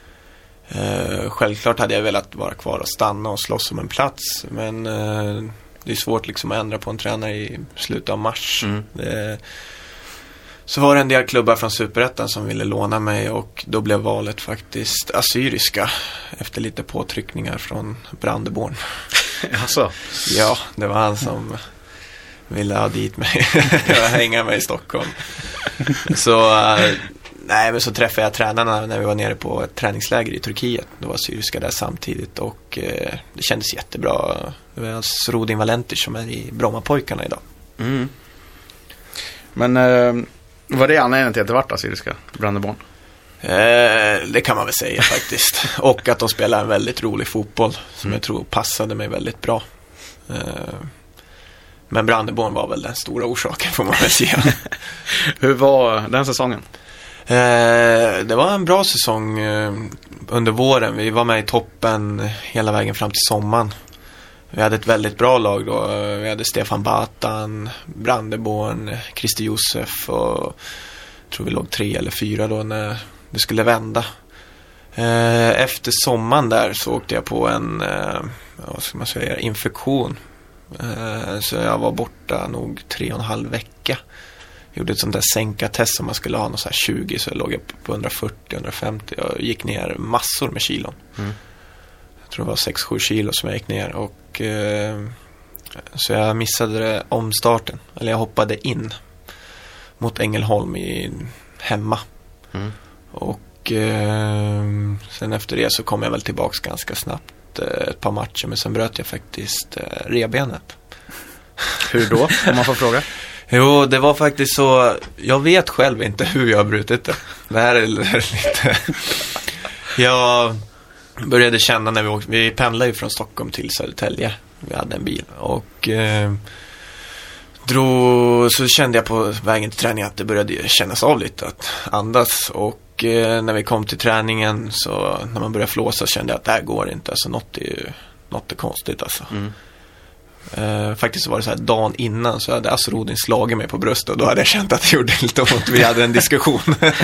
Eh, självklart hade jag velat vara kvar och stanna och slåss om en plats, men eh, det är svårt liksom att ändra på en tränare i slutet av mars. Mm. Det, så var det en del klubbar från Superettan som ville låna mig, och då blev valet faktiskt Assyriska efter lite påtryckningar från Brandeborn. Alltså. Ja, det var han som ville ha dit mig och hänga mig i Stockholm. Så äh, nej, men så träffade jag tränarna när vi var nere på ett träningsläger i Turkiet. Då var Assyriska där samtidigt, och eh, det kändes jättebra. Det var alltså Rodin Valentis som är i Brommapojkarna idag. Mm. Men eh, var det anledningen till att det var Assyriska, Brandeborn? Eh, det kan man väl säga faktiskt. Och att de spelar en väldigt rolig fotboll som mm. jag tror passade mig väldigt bra. Eh, men Brandeborn var väl den stora orsaken, får man väl säga. Hur var den säsongen? Eh, det var en bra säsong eh, under våren. Vi var med i toppen hela vägen fram till sommaren. Vi hade ett väldigt bra lag då. Vi hade Stefan Batan, Brandeborn, Christer Josef, och jag tror vi låg tre eller fyra då när det skulle vända. Eh, efter sommaren där så åkte jag på en eh, vad ska man säga, infektion. Eh, så jag var borta nog tre och en halv vecka. Gjorde ett sånt där sänka-test som man skulle ha någon så här tjugo, så jag låg på hundrafyrtio hundrafemtio. Jag gick ner massor med kilon. Mm. Jag tror det var sex sju kilo som jag gick ner, och eh, så jag missade det omstarten. Eller jag hoppade in mot Ängelholm i, hemma. Mm. Och eh, sen efter det så kom jag väl tillbaks ganska snabbt eh, ett par matcher, men sen bröt jag faktiskt eh, revbenet. Hur då, om man får fråga? Jo, det var faktiskt så. Jag vet själv inte hur jag har brutit det. Det här är lite... Jag började känna när vi åkte... Vi pendlade ju från Stockholm till Södertälje. Vi hade en bil. Och eh, drog, så kände jag på vägen till träningen att det började kännas av lite. Att andas. Och eh, när vi kom till träningen, så när man började flåsa, kände jag att det här går inte. Alltså något är ju något är konstigt alltså. Mm. Uh, faktiskt så var det så här dagen innan så hade Asrodin slagit mig på bröstet, och då hade jag känt att det gjorde lite ont. Vi hade en diskussion.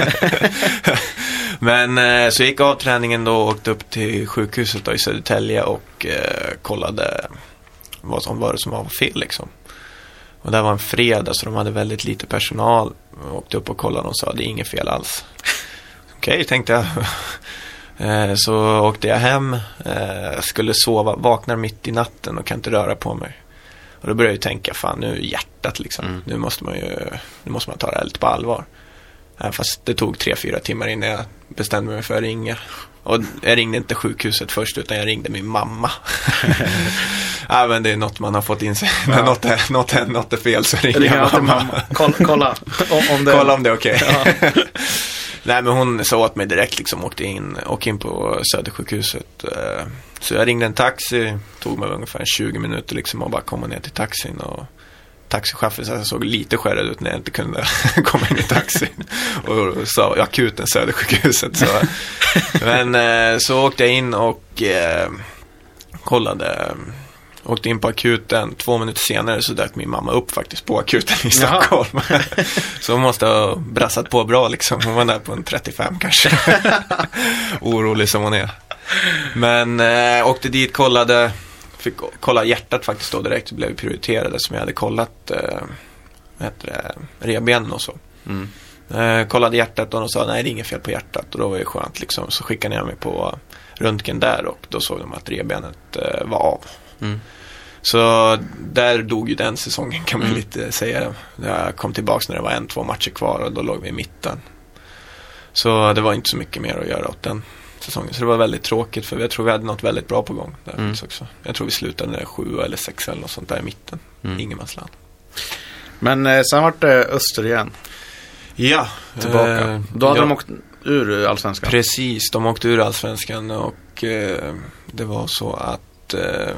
Men uh, så gick jag av träningen då och åkte upp till sjukhuset då i Södertälje och uh, kollade vad som var det som var fel liksom. Och det var en fredag, så de hade väldigt lite personal. Jag åkte upp och kollade, och sa det är inget fel alls. Okej, okay, tänkte jag. Eh, så åkte jag hem, eh, skulle sova, vaknar mitt i natten och kan inte röra på mig. Och då började jag tänka, fan nu är hjärtat liksom, mm. nu måste man ju nu måste man ta det här lite på allvar. Eh, fast det tog tre, fyra timmar innan jag bestämde mig för att ringa. Och jag ringde inte sjukhuset först, utan jag ringde min mamma. Ja, men det är något man har fått in sig. Ja. När något är, något, är, något är fel så ringer jag mamma. mamma. Kolla, kolla om det, kolla om det är okej. Okay. Ja. Nej, men hon sa åt mig direkt liksom, åkte in, åkte in på Södersjukhuset. Så jag ringde en taxi, tog mig ungefär tjugo minuter liksom och bara komma ner till taxin, och taxichauffören såg lite skärrad ut när jag inte kunde komma in i taxin och sa akuten Södersjukhuset. Så. Men så åkte jag in och eh, kollade, åkte in på akuten. Två minuter senare så dök min mamma upp faktiskt på akuten i Stockholm. Så hon måste ha brassat på bra liksom. Hon var där på en trettiofem kanske. Orolig som hon är. Men eh, åkte dit, kollade. Fick kolla hjärtat faktiskt då direkt. Så blev prioriterade som jag hade kollat eh, vad heter det, revbenen och så. Mm. Eh, kollade hjärtat och de sa nej, det är inget fel på hjärtat. Och då var det skönt liksom. Så skickade jag mig på röntgen där, och då såg de att revbenet eh, var av. Mm. Så där dog ju den säsongen kan man mm. lite säga. Jag kom tillbaka när det var en, två matcher kvar och då låg vi i mitten. Så det var inte så mycket mer att göra åt den säsongen. Så det var väldigt tråkigt för jag tror vi hade något väldigt bra på gång där mm. också. Jag tror vi slutade sju eller sex eller något sånt där i mitten. Mm. Ingenmansland. Men eh, sen var det Öster igen. Ja. Tillbaka. Eh, Då hade ja. de åkt ur Allsvenskan. Precis, de åkte ur Allsvenskan och eh, det var så att eh,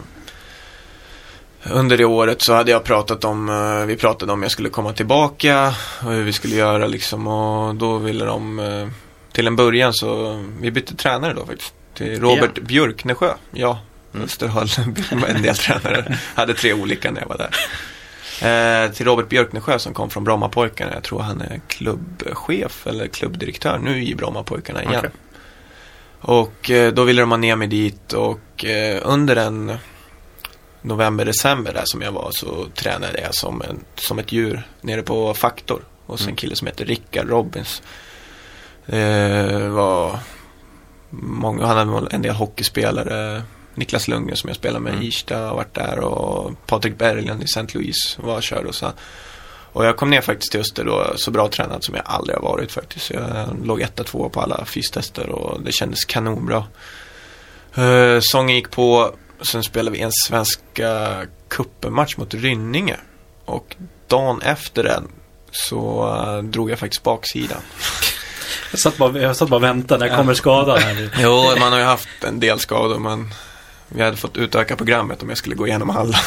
under det året så hade jag pratat om eh, vi pratade om jag skulle komma tillbaka och hur vi skulle göra liksom, och då ville de eh, till en början så vi bytte tränare då faktiskt till Robert yeah. Björknesjö. Ja, mm. Österhall en del tränare. Hade tre olika när jag var där. Eh, till Robert Björknesjö som kom från Brommapojkarna. Jag tror han är klubbchef eller klubbdirektör nu i Brommapojkarna igen. Okay. Och eh, då ville de ha ner mig dit och eh, under en november-december där som jag var så tränade jag som, en, som ett djur nere på Faktor. Och sen en kille som heter Rickard Robbins. Det var många, han hade en del hockeyspelare. Niklas Lundgren som jag spelar med i mm. Irsta har varit där och Patrik Berglund i Saint Louis var körd och så. Och jag kom ner faktiskt till Öster då så bra tränad som jag aldrig har varit faktiskt. Jag låg etta två på alla fystester och det kändes kanonbra. Uh, sången gick på, sen spelade vi en svenska cupen-match mot Rynninge och dagen efter den så uh, drog jag faktiskt baksidan. Jag satt bara, jag satt bara och väntade, när kommer skadan här? Jo, man har ju haft en del skador, men vi hade fått utöka programmet om jag skulle gå igenom alla.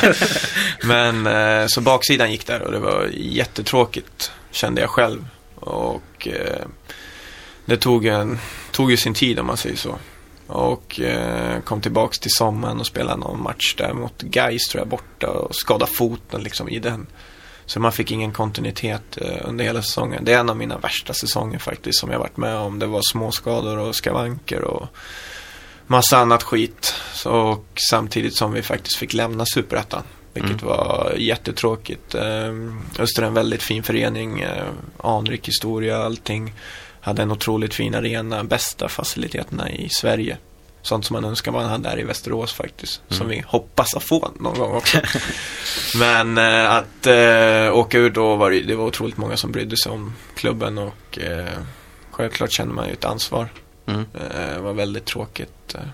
Men eh, så baksidan gick där och det var jättetråkigt, kände jag själv. Och eh, det tog, en, tog ju sin tid om man säger så. Och eh, kom tillbaks till sommaren och spelade någon match där mot Gais tror jag borta och skadade foten liksom i den. Så man fick ingen kontinuitet eh, under hela säsongen. Det är en av mina värsta säsonger faktiskt som jag varit med om. Det var småskador och skavanker och massa annat skit. Så, och samtidigt som vi faktiskt fick lämna Superettan. Vilket mm. var jättetråkigt. Eh, Öster är en väldigt fin förening. Eh, anrik historia, allting. Hade en otroligt fin arena. Bästa faciliteterna i Sverige. Sånt som man önskar man hade där i Västerås faktiskt. Mm. Som vi hoppas att få någon gång också. Men eh, att eh, åka ut då var det, det var otroligt många som brydde sig om klubben. Och eh, självklart känner man ju ett ansvar. Mm. Eh, det var väldigt tråkigt eh,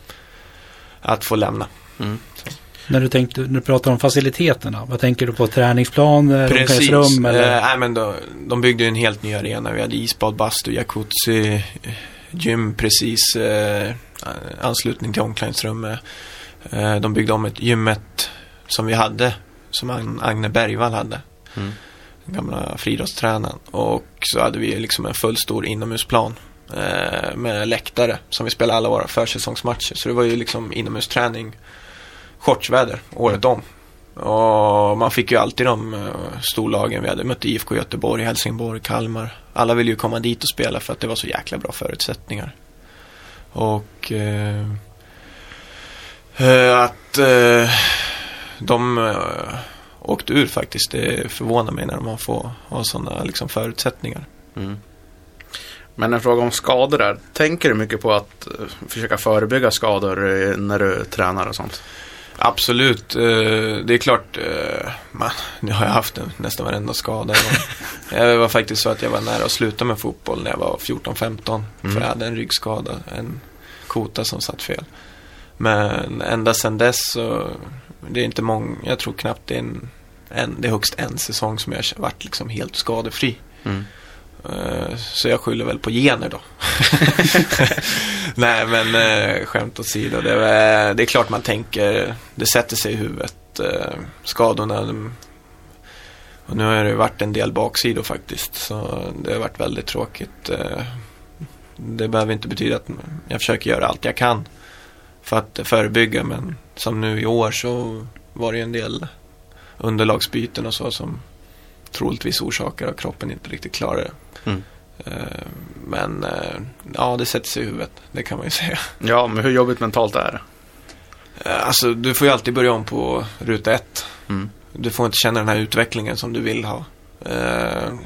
att få lämna. Mm. När du tänkte, när du pratar om faciliteterna, vad tänker du på? Träningsplan, omklädningsrum? Eller? Eh, nej, men då, de byggde en helt ny arena. Vi hade isbad, bastu, jacuzzi, gym precis, eh, anslutning till omklädningsrummet. Eh, de byggde om ett gymmet som vi hade, som Agne Bergvall hade. Mm. Den gamla friidrottstränaren. Och så hade vi liksom en full stor inomhusplan eh, med läktare som vi spelade alla våra försäsongsmatcher. Så det var ju liksom inomhusträning, shortsväder året om. Och man fick ju alltid de uh, storlagen. Vi hade mött I F K Göteborg, Helsingborg, Kalmar. Alla ville ju komma dit och spela för att det var så jäkla bra förutsättningar. Och uh, uh, att uh, de uh, åkte ur faktiskt. Det förvånar mig när man får ha sådana liksom, förutsättningar. Mm. Men en fråga om skador där. Tänker du mycket på att uh, försöka förebygga skador uh, när du tränar och sånt? Absolut, det är klart man, nu har jag haft nästan varenda skada. Det var faktiskt så att jag var nära att sluta med fotboll när jag var fjorton femton. Mm. För jag hade en ryggskada, en kota som satt fel. Men ända sedan dess så det är inte många, jag tror knappt det är en, en det är högst en säsong som jag har varit liksom helt skadefri. Mm. Så jag skyller väl på gener då. Nej, men äh, skämt åsido. Det är, det är klart man tänker, det sätter sig i huvudet. Äh, skadorna. De, och nu har det varit en del baksidor faktiskt. Så det har varit väldigt tråkigt. Äh, det behöver inte betyda att jag försöker göra allt jag kan för att förebygga. Men som nu i år så var det en del underlagsbyten och så som troligtvis orsakar att kroppen inte riktigt klarar det. Mm. Uh, men uh, ja, det sätter sig i huvudet, det kan man ju säga. Ja, men hur jobbigt mentalt är det? Uh, alltså, du får ju alltid börja om på ruta ett. Mm. Du får inte känna den här utvecklingen som du vill ha. Uh,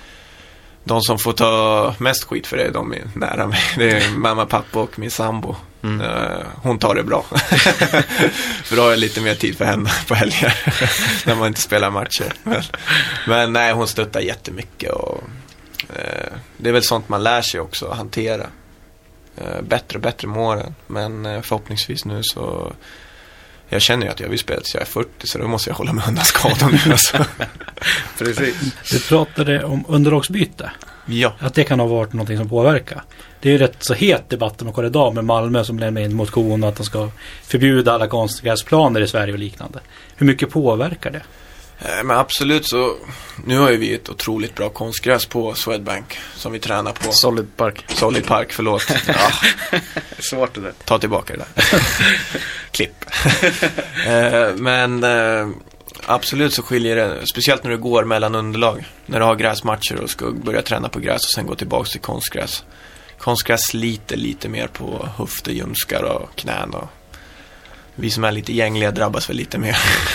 de som får ta mest skit för det, de är nära mig. Det är mamma, pappa och min sambo. Mm. Uh, hon tar det bra. För då har jag lite mer tid för henne på helger när man inte spelar matcher. Men, men nej, hon stöttar jättemycket och uh, det är väl sånt man lär sig också att hantera. Uh, bättre och bättre med åren. Men uh, förhoppningsvis nu så jag känner ju att jag vill spela tills jag är fyrtio, så då måste jag hålla mig undan skador nu. Alltså. Precis. Du pratade om underlagsbyte. Ja. Att det kan ha varit någonting som påverkar. Det är ju rätt så het debatt om idag med Malmö som lämnar in motion att de ska förbjuda alla konstgräsplaner i Sverige och liknande. Hur mycket påverkar det? Men absolut, så nu har ju vi ett otroligt bra konstgräs på Swedbank som vi tränar på. Solid Park. Solid Park, förlåt. Ja. Svårt det där. Ta tillbaka det där. Klipp. eh, men eh, absolut så skiljer det, speciellt när du går mellan underlag. När du har gräsmatcher och ska börja träna på gräs och sen gå tillbaka till konstgräs. Konstgräs sliter lite mer på höfter, ljumskar och knän. Och vi som är lite gängliga drabbas väl lite mer.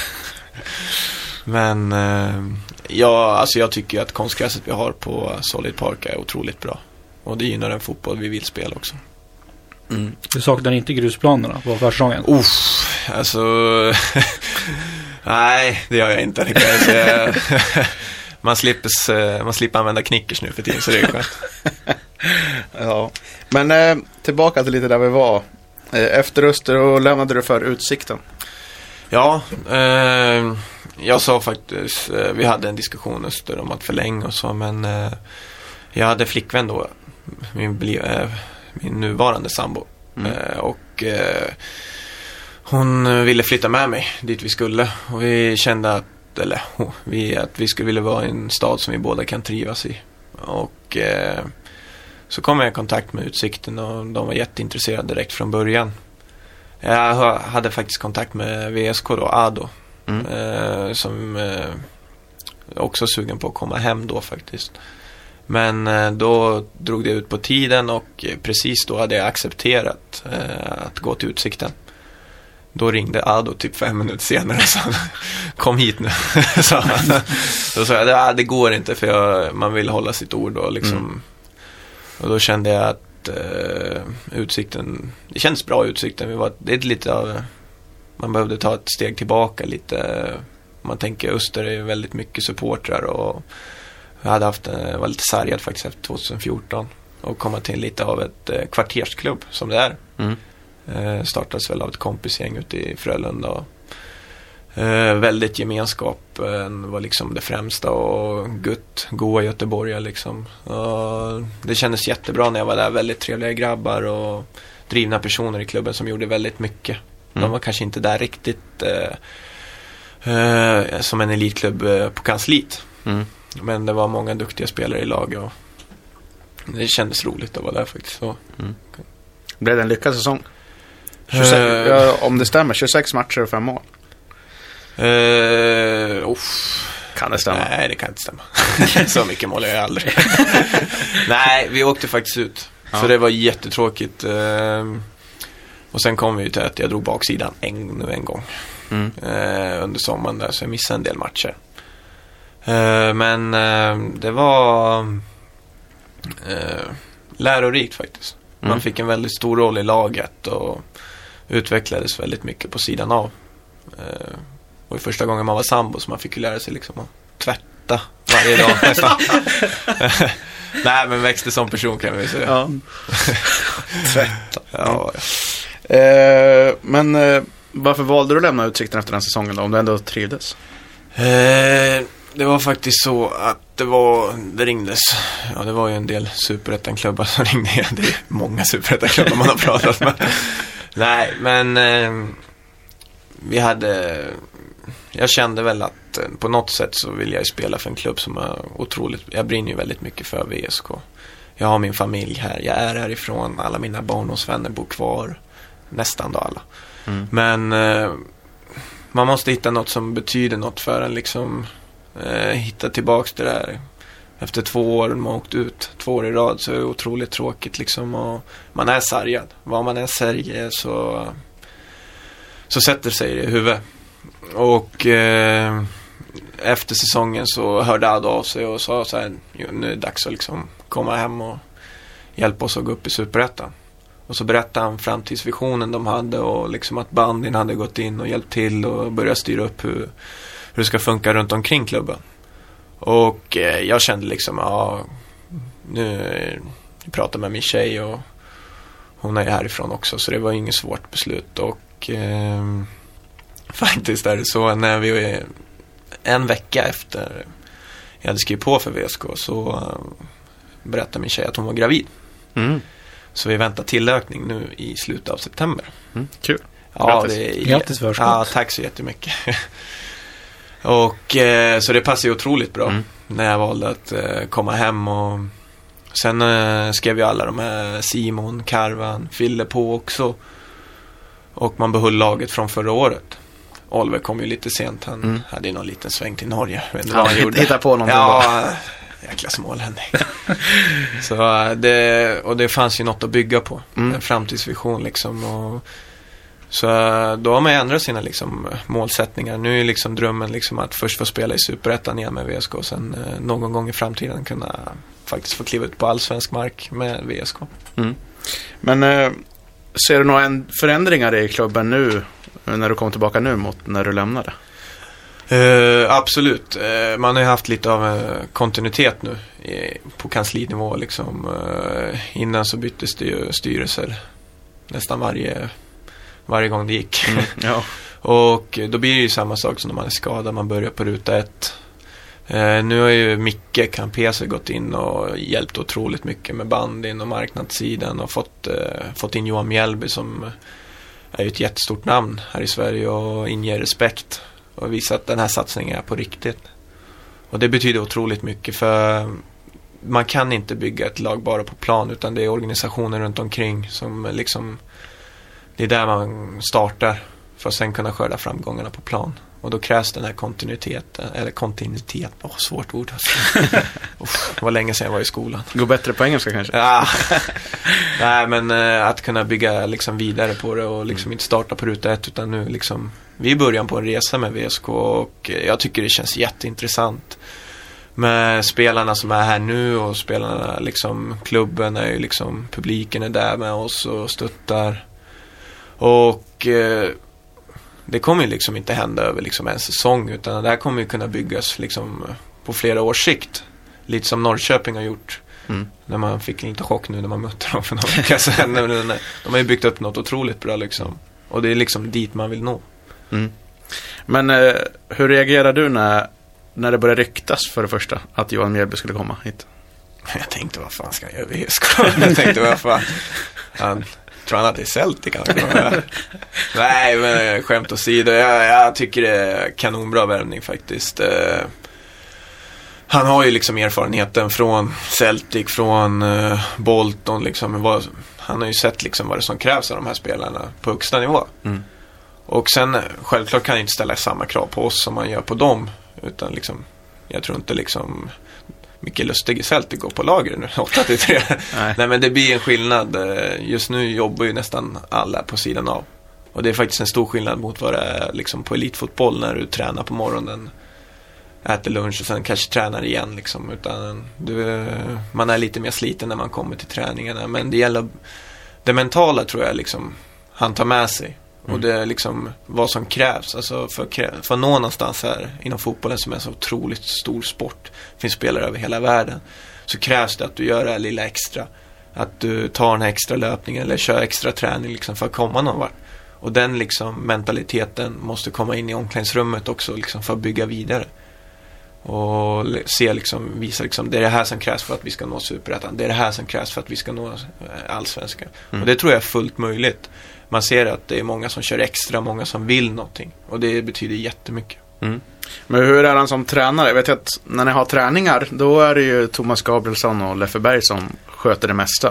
Men eh, ja, alltså jag tycker att konstgräset vi har på Solid Park är otroligt bra. Och det gynnar den fotboll vi vill spela också. Mm. Du saknar inte grusplanerna på försäsongen? Uff, alltså nej, det gör jag inte. Det kan jag säga. man, slipper, man slipper använda knickers nu för tiden, så det är skönt. Ja, men eh, tillbaka till lite där vi var. Eh, efter Öster och lämnade du för Utsikten. Ja, eh, jag sa faktiskt, eh, vi hade en diskussion Öster om att förlänga och så, men eh, jag hade flickvän då, min, bli, eh, min nuvarande sambo. Mm. Eh, och eh, hon ville flytta med mig dit vi skulle, och vi kände att, eller, oh, vi, att vi skulle vilja vara i en stad som vi båda kan trivas i. Och eh, så kom jag i kontakt med Utsikten och de var jätteintresserade direkt från början. Jag hade faktiskt kontakt med V S K då, Ado. Mm. Eh, som eh, också sugen på att komma hem då faktiskt. Men eh, då drog det ut på tiden och precis då hade jag accepterat eh, att gå till Utsikten. Då ringde Ado typ fem minuter senare och sa, kom hit nu. Så, då sa jag, det, det går inte för jag, man vill hålla sitt ord och liksom. Mm. Och då kände jag att uh, Utsikten, det känns bra Utsikten. Vi var, det är lite av, man behövde ta ett steg tillbaka lite. Man tänker Öster är väldigt mycket supportrar och jag hade haft, var lite sargad faktiskt efter tjugohundrafjorton och komma till lite av ett uh, kvartersklubb som det är. Mm. Uh, startades väl av ett kompisgäng ute i Frölunda och Uh, väldigt gemenskap uh, var liksom det främsta och gutt, goa göteborgare liksom. Uh, det kändes jättebra när jag var där, väldigt trevliga grabbar och drivna personer i klubben som gjorde väldigt mycket. Mm. De var kanske inte där riktigt uh, uh, som en elitklubb uh, på kansliet. Mm. Men det var många duktiga spelare i lag och det kändes roligt att vara där faktiskt. Så. Mm. Blev det en lyckad säsong? tjugosex, uh, ja, om det stämmer, tjugosex matcher och fem mål. Uh, kan det stämma? Nej, det kan inte stämma. Så mycket mål är jag aldrig. Nej, vi åkte faktiskt ut. Ja. Så det var jättetråkigt. Uh, och sen kom vi till att jag drog baksidan en, nu en gång. Mm. Uh, under sommaren där, så jag missade en del matcher. Uh, men uh, det var uh, lärorikt faktiskt. Man mm. fick en väldigt stor roll i laget och utvecklades väldigt mycket på sidan av. Uh, och i första gången man var sambo så man fick ju lära sig liksom att tvätta varje dag nästan. Nej, men växte som person kan vi säga. Ja. Tvätta. Ja. Ja. Eh, men eh, varför valde du att lämna Utsikten efter den säsongen då, om du ändå trivdes? Eh, det var faktiskt så att det var, det ringdes. Ja, det var ju en del superettan-klubbar som ringde. Det är många superettan-klubbar man har pratat med. Nej, men eh, vi hade, jag kände väl att på något sätt så vill jag spela för en klubb som är otroligt, jag brinner ju väldigt mycket för V S K. Jag har min familj här, jag är härifrån, alla mina barndomsvänner bor kvar, nästan då alla. Mm. Men eh, man måste hitta något som betyder något för en liksom, eh, hitta tillbaks det där. Efter två år man åkt ut, två år i rad, så är det otroligt tråkigt liksom, och man är sargad. Vad man än säger så så sätter sig det i huvudet. Och eh, efter säsongen så hörde Ado av sig och sa så här, nu är det dags att liksom komma hem och hjälpa oss att gå upp i Superettan. Och så berättade han framtidsvisionen de hade och liksom att bandyn hade gått in och hjälpt till och börjat styra upp hur, hur det ska funka runt omkring klubben. Och eh, jag kände liksom, ja, nu jag pratar med min tjej och hon är härifrån också, så det var inget svårt beslut. Och eh, faktiskt är det så, när vi en vecka efter jag hade skrivit på för V S K så uh, berättade min tjej att hon var gravid. Mm. Så vi väntar tillökning nu i slutet av september. Mm. Kul. Ja, Grattis. det är, Grattis förskott. Ja, tack så jättemycket. Och eh, så det passade ju otroligt bra Mm. när jag valde att eh, komma hem. Och sen eh, skrev ju alla de här Simon, Karvan, Fille på också. Och man behöll laget från förra året. Oliver kom ju lite sent. Han Mm. hade ju någon liten sväng till Norge. Jag vet inte Ja, vad han gjorde. hitta på någonting. Ja, jäkla smålänning. Så eh, det, och det fanns ju något att bygga på. Mm. En framtidsvision liksom. Och, så eh, då har man ändrat sina liksom, målsättningar. Nu är liksom drömmen liksom att först få spela i Superettan igen med V S K. Och sen eh, någon gång i framtiden kunna faktiskt få kliva ut på allsvensk mark med V S K. Mm. Men eh, ser du några en- förändringar i klubben nu eh, när du kommer tillbaka nu mot när du lämnade? Uh, absolut. Uh, man har ju haft lite av uh, kontinuitet nu i, på kanslinivå. Liksom. Uh, innan så byttes det ju styrelser nästan varje, varje gång det gick. Mm. Ja. Och då blir det ju samma sak som när man är skadad. Man börjar på ruta ett. Uh, nu har ju Micke Campese gått in och hjälpt otroligt mycket med bandin och marknadssidan och fått, uh, fått in Johan Mjällby som är ju ett jättestort namn här i Sverige och inger respekt. Och visa att den här satsningen är på riktigt. Och det betyder otroligt mycket, för man kan inte bygga ett lag bara på plan, utan det är organisationen runt omkring som liksom, det är där man startar för att sen kunna skörda framgångarna på plan. Och då krävs den här kontinuiteten, eller kontinuitet, åh oh, svårt ord. Uff, det var länge sedan jag var i skolan. Går bättre på engelska kanske? Ja. Nej, men äh, att kunna bygga liksom vidare på det och liksom inte starta på ruta ett, utan nu liksom vi är i början på en resa med V S K och jag tycker det känns jätteintressant med spelarna som är här nu och spelarna liksom, klubben är ju liksom, publiken är där med oss och stöttar och eh, det kommer ju liksom inte hända över liksom en säsong, utan det här kommer ju kunna byggas liksom på flera års sikt, lite som Norrköping har gjort. Mm. När man fick en liten chock nu när man mötte dem för några veckor sedan. De har ju byggt upp något otroligt bra liksom. Och det är liksom dit man vill nå. Mm. Men eh, hur reagerar du när, när det började ryktas för det första att Johan Mjällby skulle komma hit? Jag tänkte, vad fan ska jag göra i V S K? Jag tänkte, vad fan. Han tror han att det är Celtic kanske. Nej, men skämt åsido. Jag, jag tycker det är kanonbra värvning faktiskt. Eh, han har ju liksom erfarenheten från Celtic, från eh, Bolton liksom. Vad, han har ju sett liksom vad det som krävs av de här spelarna på högsta nivå. Mm. Och sen självklart kan jag inte ställa samma krav på oss som man gör på dem, utan liksom, jag tror inte liksom mycket lustig i Celtic går på lager nu åtta till tre. Nej. Nej, men det blir en skillnad. Just nu jobbar ju nästan alla på sidan av. Och det är faktiskt en stor skillnad mot vad det är liksom på elitfotboll när du tränar på morgonen, äter lunch och sen kanske tränar igen liksom, utan du, man är lite mer sliten när man kommer till träningarna, men det gäller det mentala, tror jag liksom han tar med sig. Mm. Och det är liksom vad som krävs alltså för, för att nå någonstans här inom fotbollen, som är en så otroligt stor sport, det finns spelare över hela världen, så krävs det att du gör det här lilla extra, att du tar den här extra löpningen eller kör extra träning liksom för att komma någon vart. Och den liksom mentaliteten måste komma in i omklädningsrummet också liksom för att bygga vidare. Och se liksom, visa liksom, det är det här som krävs för att vi ska nå Superettan. Det är det här som krävs för att vi ska nå allsvenskan. Mm. Och det tror jag är fullt möjligt. Man ser att det är många som kör extra, många som vill någonting. Och det betyder jättemycket. Mm. Men hur är han som tränare? Jag vet att när ni har träningar, då är det ju Thomas Gabrielsson och Leffe Berg som sköter det mesta.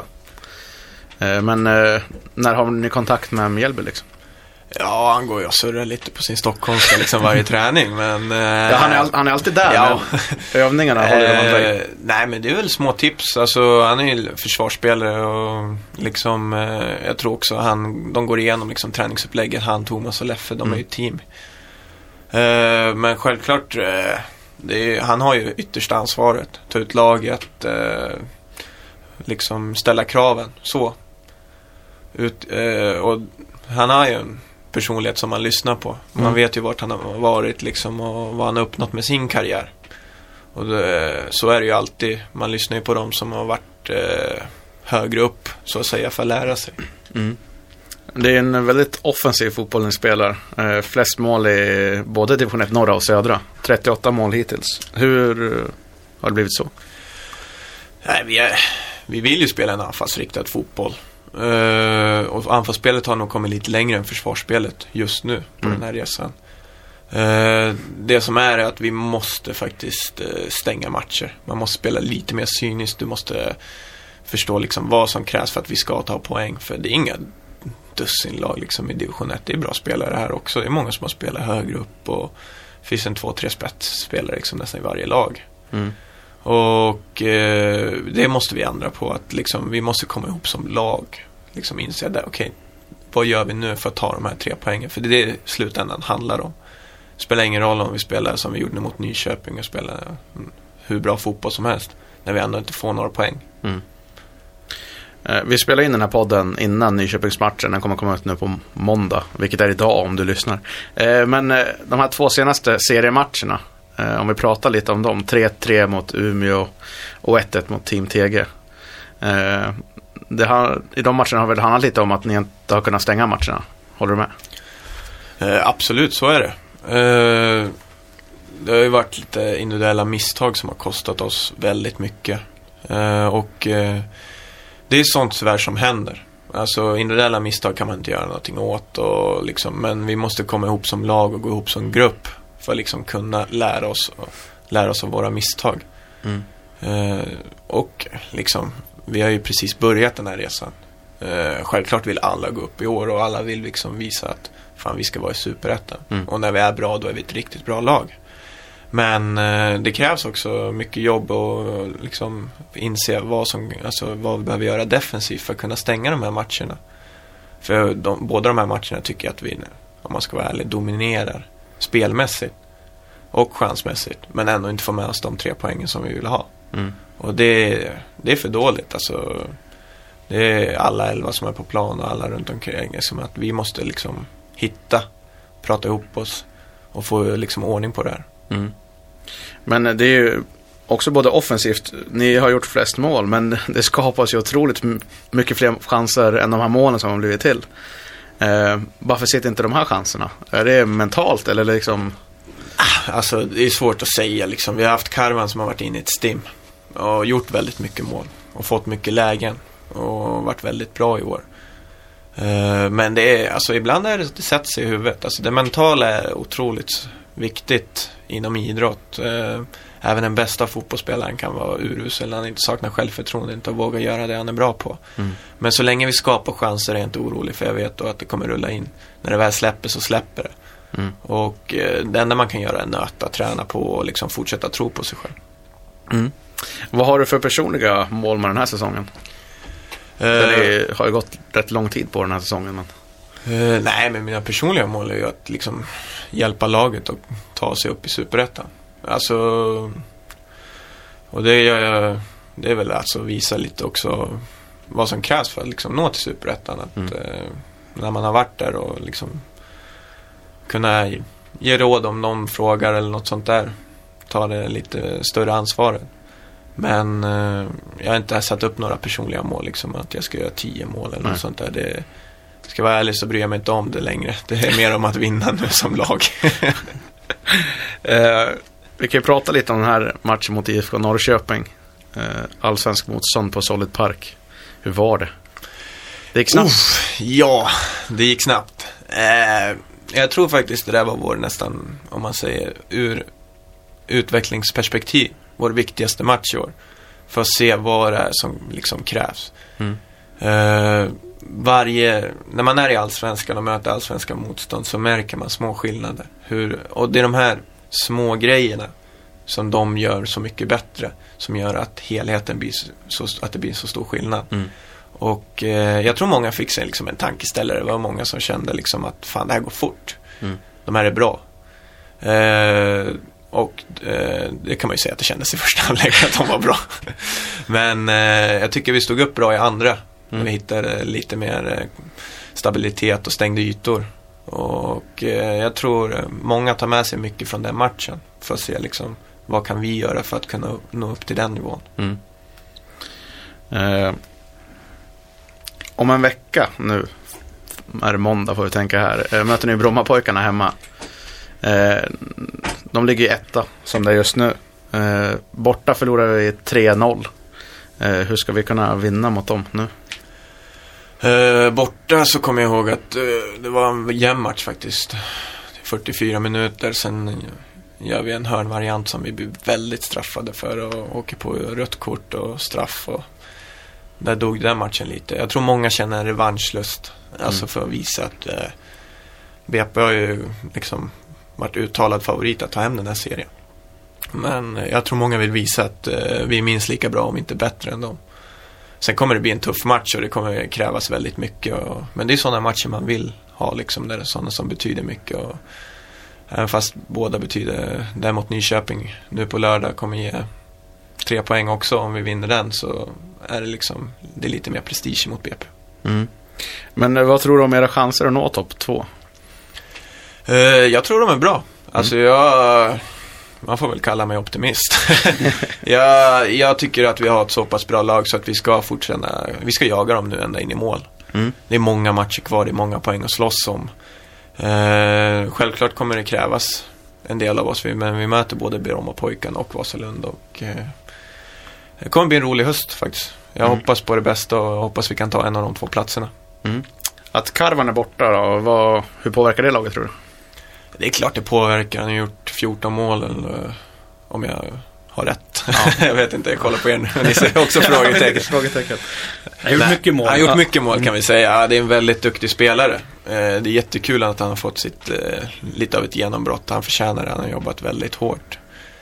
Men när har ni kontakt med Mjällby liksom? Ja, han går ju och surrar lite på sin stockholmska liksom varje träning, men eh, ja, han, är all, han är alltid där. Ja. Övningarna håller man eh, Nej, men det är väl små tips. Alltså, han är ju försvarsspelare och liksom, eh, jag tror också han, de går igenom liksom träningsupplägget, han, Thomas och Leffe, de mm. är ju ett team. Eh, men självklart eh, det är, han har ju yttersta ansvaret, ta ut laget, eh, liksom ställa kraven så. Ut, eh, och han har ju en personlighet som man lyssnar på. Man Mm. vet ju vart han har varit liksom, och vad han har uppnått med sin karriär. Och det, så är det ju alltid. Man lyssnar ju på dem som har varit eh, högre upp, så att säga, för att lära sig. Mm. Det är en väldigt offensiv fotboll ni spelar. Eh, flest mål i både division ett norra och södra. trettioåtta mål hittills. Hur eh, har det blivit så? Nej, vi, är, vi vill ju spela en anfallsriktad fotboll. Uh, och anfallsspelet har nog kommit lite längre än försvarsspelet just nu på Mm. den här resan. Uh, det som är är att vi måste faktiskt uh, stänga matcher. Man måste spela lite mer cyniskt. Du måste förstå liksom vad som krävs för att vi ska ta poäng. För det är inga dussinlag liksom i division ett. Det är bra spelare här också. Det är många som har spelat högre upp, och det finns en två, tre spetsspelare liksom nästan i varje lag. Mm. Och eh, det måste vi ändra på, att liksom, vi måste komma ihop som lag, liksom inse att okej, okay, vad gör vi nu för att ta de här tre poängen, för det är det slutändan handlar om. Det spelar ingen roll om vi spelar som vi gjorde mot Nyköping och spelar mm, hur bra fotboll som helst när vi ändå inte får några poäng. Mm. Eh, vi spelar in den här podden innan Nyköpingsmatchen. Den kommer komma ut nu på måndag, vilket är idag om du lyssnar. Eh, men eh, de här två senaste seriematcherna, eh, om vi pratar lite om dem, tre tre mot Umeå och ett ett mot Team T G. Eh, det har, i de matcherna har väl handlat lite om att ni inte har kunnat stänga matcherna. Håller du med? Eh, absolut, så är det. Eh, det har ju varit lite individuella misstag som har kostat oss väldigt mycket. Eh, och eh, det är sånt tyvärr som händer. Alltså individuella misstag kan man inte göra någonting åt, och liksom, men vi måste komma ihop som lag och gå ihop som grupp för att liksom kunna lära oss, lära oss av våra misstag. Mm. Eh, och liksom, vi har ju precis börjat den här resan. Eh, självklart vill alla gå upp i år, och alla vill liksom visa att fan, vi ska vara i superettan. Mm. Och när vi är bra, då är vi ett riktigt bra lag. Men eh, det krävs också mycket jobb och liksom inse vad, som, alltså, vad vi behöver göra defensivt för att kunna stänga de här matcherna. För de, båda de här matcherna tycker jag att vi, om man ska vara ärlig, dominerar spelmässigt och chansmässigt, men ändå inte får med oss de tre poängen som vi vill ha. Mm. Och det, det är för dåligt. Alltså, det är alla elva som är på plan och alla runt omkring. Som att vi måste liksom hitta, prata ihop oss och få liksom ordning på det här. Mm. Men det är ju också både offensivt. Ni har gjort flest mål, men det skapas ju otroligt m- mycket fler chanser än de här målen som har blivit till. Eh, varför sitter inte de här chanserna? Är det mentalt eller liksom? Alltså det är svårt att säga liksom. Vi har haft Karvan som har varit inne i ett stim och gjort väldigt mycket mål och fått mycket lägen och varit väldigt bra i år. Uh, men det är, alltså ibland är det, det sätter sig i huvudet. Alltså det mentala är otroligt viktigt inom idrott. Uh, även den bästa fotbollsspelaren kan vara urusel när han inte saknar självförtroende, inte vågar göra det han är bra på. Mm. Men så länge vi skapar chanser är jag inte orolig, för jag vet då att det kommer rulla in. När det väl släpper så släpper det. Mm. Och uh, det enda man kan göra är nöta, träna på och liksom fortsätta tro på sig själv. Mm. Vad har du för personliga mål med den här säsongen? Uh, Det har ju gått rätt lång tid på den här säsongen. Men... Uh, nej, men mina personliga mål är ju att liksom hjälpa laget och ta sig upp i superettan. Alltså, och det gör jag, det är väl alltså visa lite också vad som krävs för att liksom nå till superettan. Att Mm. uh, när man har varit där och liksom kunna ge råd om någon frågar eller något sånt där, ta det lite större ansvaret. Men uh, jag har inte satt upp några personliga mål, liksom att jag ska göra tio mål eller Nej. något sånt där. Det ska vara ärlig så bryr jag mig inte om det längre. Det är mer om att vinna nu som lag. eh, vi kan ju prata lite om den här matchen mot I F K Norrköping. Eh, allsvensk motstånd på Solid Park. Hur var det? Det gick snabbt. Uff, ja, det gick snabbt. Eh, jag tror faktiskt det där var vår nästan, om man säger ur utvecklingsperspektiv, vår viktigaste match i år. För att se vad det är som liksom krävs. Mm. Eh, varje, när man är i allsvenskan och möter allsvenska motstånd så märker man små skillnader. Hur, och det är de här små grejerna som de gör så mycket bättre, som gör att helheten blir så, att det blir så stor skillnad. Mm. Och eh, jag tror många fick sig liksom en tankeställare. Det var många som kände liksom att fan, det här går fort. Mm. De här är bra. Eh, och eh, det kan man ju säga att det kändes i första halvlek att de var bra. Men eh, jag tycker vi stod upp bra i andra. Mm. Vi hittade lite mer stabilitet och stängde ytor. Och eh, jag tror många tar med sig mycket från den matchen för att se liksom, vad kan vi göra för att kunna nå upp till den nivån. Mm. Eh, om en vecka nu är det måndag får vi tänka här. Eh, möter ni Brommapojkarna hemma. Eh, de ligger i etta som det är just nu. Eh, borta förlorar vi tre noll. Eh, hur ska vi kunna vinna mot dem nu? Eh, borta så kommer jag ihåg att eh, det var en jämn match faktiskt. fyrtiofyra minuter, sen gör vi en hörnvariant som vi blir väldigt straffade för och åker på rött kort och straff. Och där dog den matchen lite. Jag tror många känner en revanschlust. Mm. Alltså för att visa att eh, B P har ju liksom varit uttalad favorit att ta hem den här serien. Men jag tror många vill visa att eh, vi är minst lika bra om inte bättre än dem. Sen kommer det bli en tuff match och det kommer krävas väldigt mycket. Och, men det är sådana matcher man vill ha liksom, där det är sådana som betyder mycket. Och, även fast båda betyder, där mot Nyköping nu på lördag kommer ge tre poäng också om vi vinner den, så är det liksom, det är lite mer prestige mot B P. Mm. Men vad tror du om era chanser att nå topp två? Uh, jag tror de är bra. Alltså mm. jag... Man får väl kalla mig optimist. jag, jag tycker att vi har ett så pass bra lag så att vi ska fortsätta, vi ska jaga dem nu ända in i mål. Mm. Det är många matcher kvar, det är många poäng att slåss om. Eh, självklart kommer det krävas en del av oss, men vi möter både Brommapojkarna och Vasalund och eh, det kommer bli en rolig höst faktiskt. Jag mm. hoppas på det bästa och hoppas vi kan ta en av de två platserna. Mm. Att Karvan är borta då, vad, hur påverkar det laget tror du? Det är klart det påverkar. Han har gjort fjorton mål eller, om jag har rätt. Ja. jag vet inte, jag kollar på er nu. Ni ser också frågetecken. Han har gjort mycket mål. Han har gjort mycket mål kan vi säga. Det är en väldigt duktig spelare. Det är jättekul att han har fått sitt, lite av ett genombrott. Han förtjänar det. Han har jobbat väldigt hårt.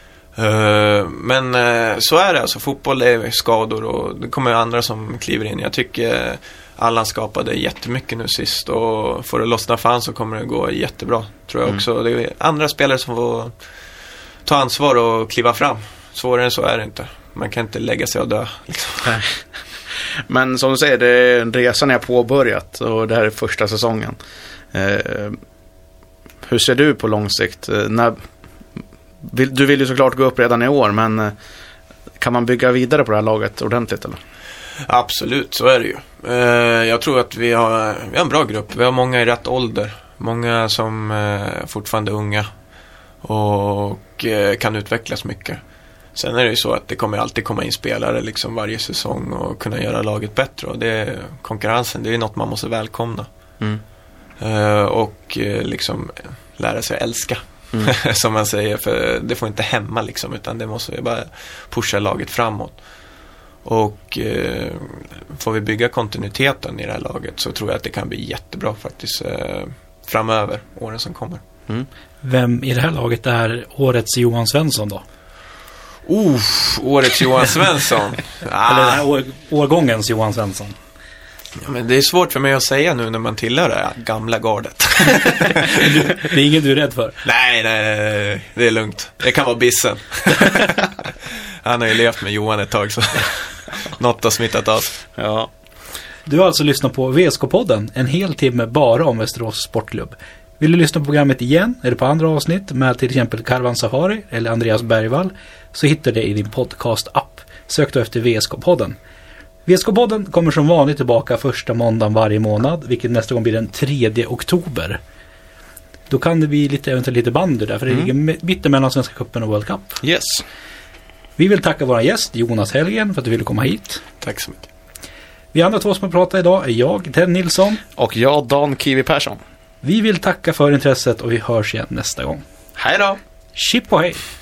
Men så är det. Alltså, fotboll är skador och det kommer andra som kliver in. Jag tycker Allan skapade jättemycket nu sist och får det lossna fan så kommer det gå jättebra, tror jag mm. också. Det är andra spelare som får ta ansvar och kliva fram. Svårare än så är det inte. Man kan inte lägga sig och dö. Liksom. Men som du säger, det är en resa ni har påbörjat och det här är första säsongen. Eh, hur ser du på lång sikt? När, vill, du vill ju såklart gå upp redan i år, men kan man bygga vidare på det här laget ordentligt eller? Absolut, så är det ju. Eh, jag tror att vi har, vi har en bra grupp. Vi har många i rätt ålder. Många som eh, fortfarande är unga och eh, kan utvecklas mycket. Sen är det ju så att det kommer alltid komma in spelare liksom varje säsong och kunna göra laget bättre. Och det, konkurrensen, det är något man måste välkomna. Mm. Eh, och eh, liksom lära sig älska. Mm. som man säger, för det får inte hämma liksom, utan det måste bara pusha laget framåt. Och eh, får vi bygga kontinuiteten i det här laget så tror jag att det kan bli jättebra faktiskt eh, framöver, åren som kommer. Mm. Vem i det här laget är årets Johan Svensson då? Oh, årets Johan Svensson. ah. Eller den här år, årgångens Johan Svensson. Ja, men det är svårt för mig att säga nu när man tillhör det här gamla gardet. Det är ingen du är rädd för? Nej, nej, nej, det är lugnt. Det kan vara Bissen. Han har ju levt med Johan ett tag så något har smittat av. Ja. Du har alltså lyssnat på V S K-podden, en hel timme bara om Västerås Sportklubb. Vill du lyssna på programmet igen eller på andra avsnitt med till exempel Karvan Safari eller Andreas Bergvall, så hittar du det i din podcast-app. Sök då efter V S K-podden. V S K-podden kommer som vanligt tillbaka första måndagen varje månad, vilket nästa gång blir den tredje oktober. Då kan det bli lite, eventuellt lite bandy där, för det mm. ligger mitt emellan Svenska cupen och World Cup. Yes. Vi vill tacka vår gäst Jonas Hellgren för att du ville komma hit. Tack så mycket. Vi andra två som har pratat idag är jag, Ted Nilsson. Och jag, Dan Kiwi Persson. Vi vill tacka för intresset och vi hörs igen nästa gång. Hej då! Chip och hej!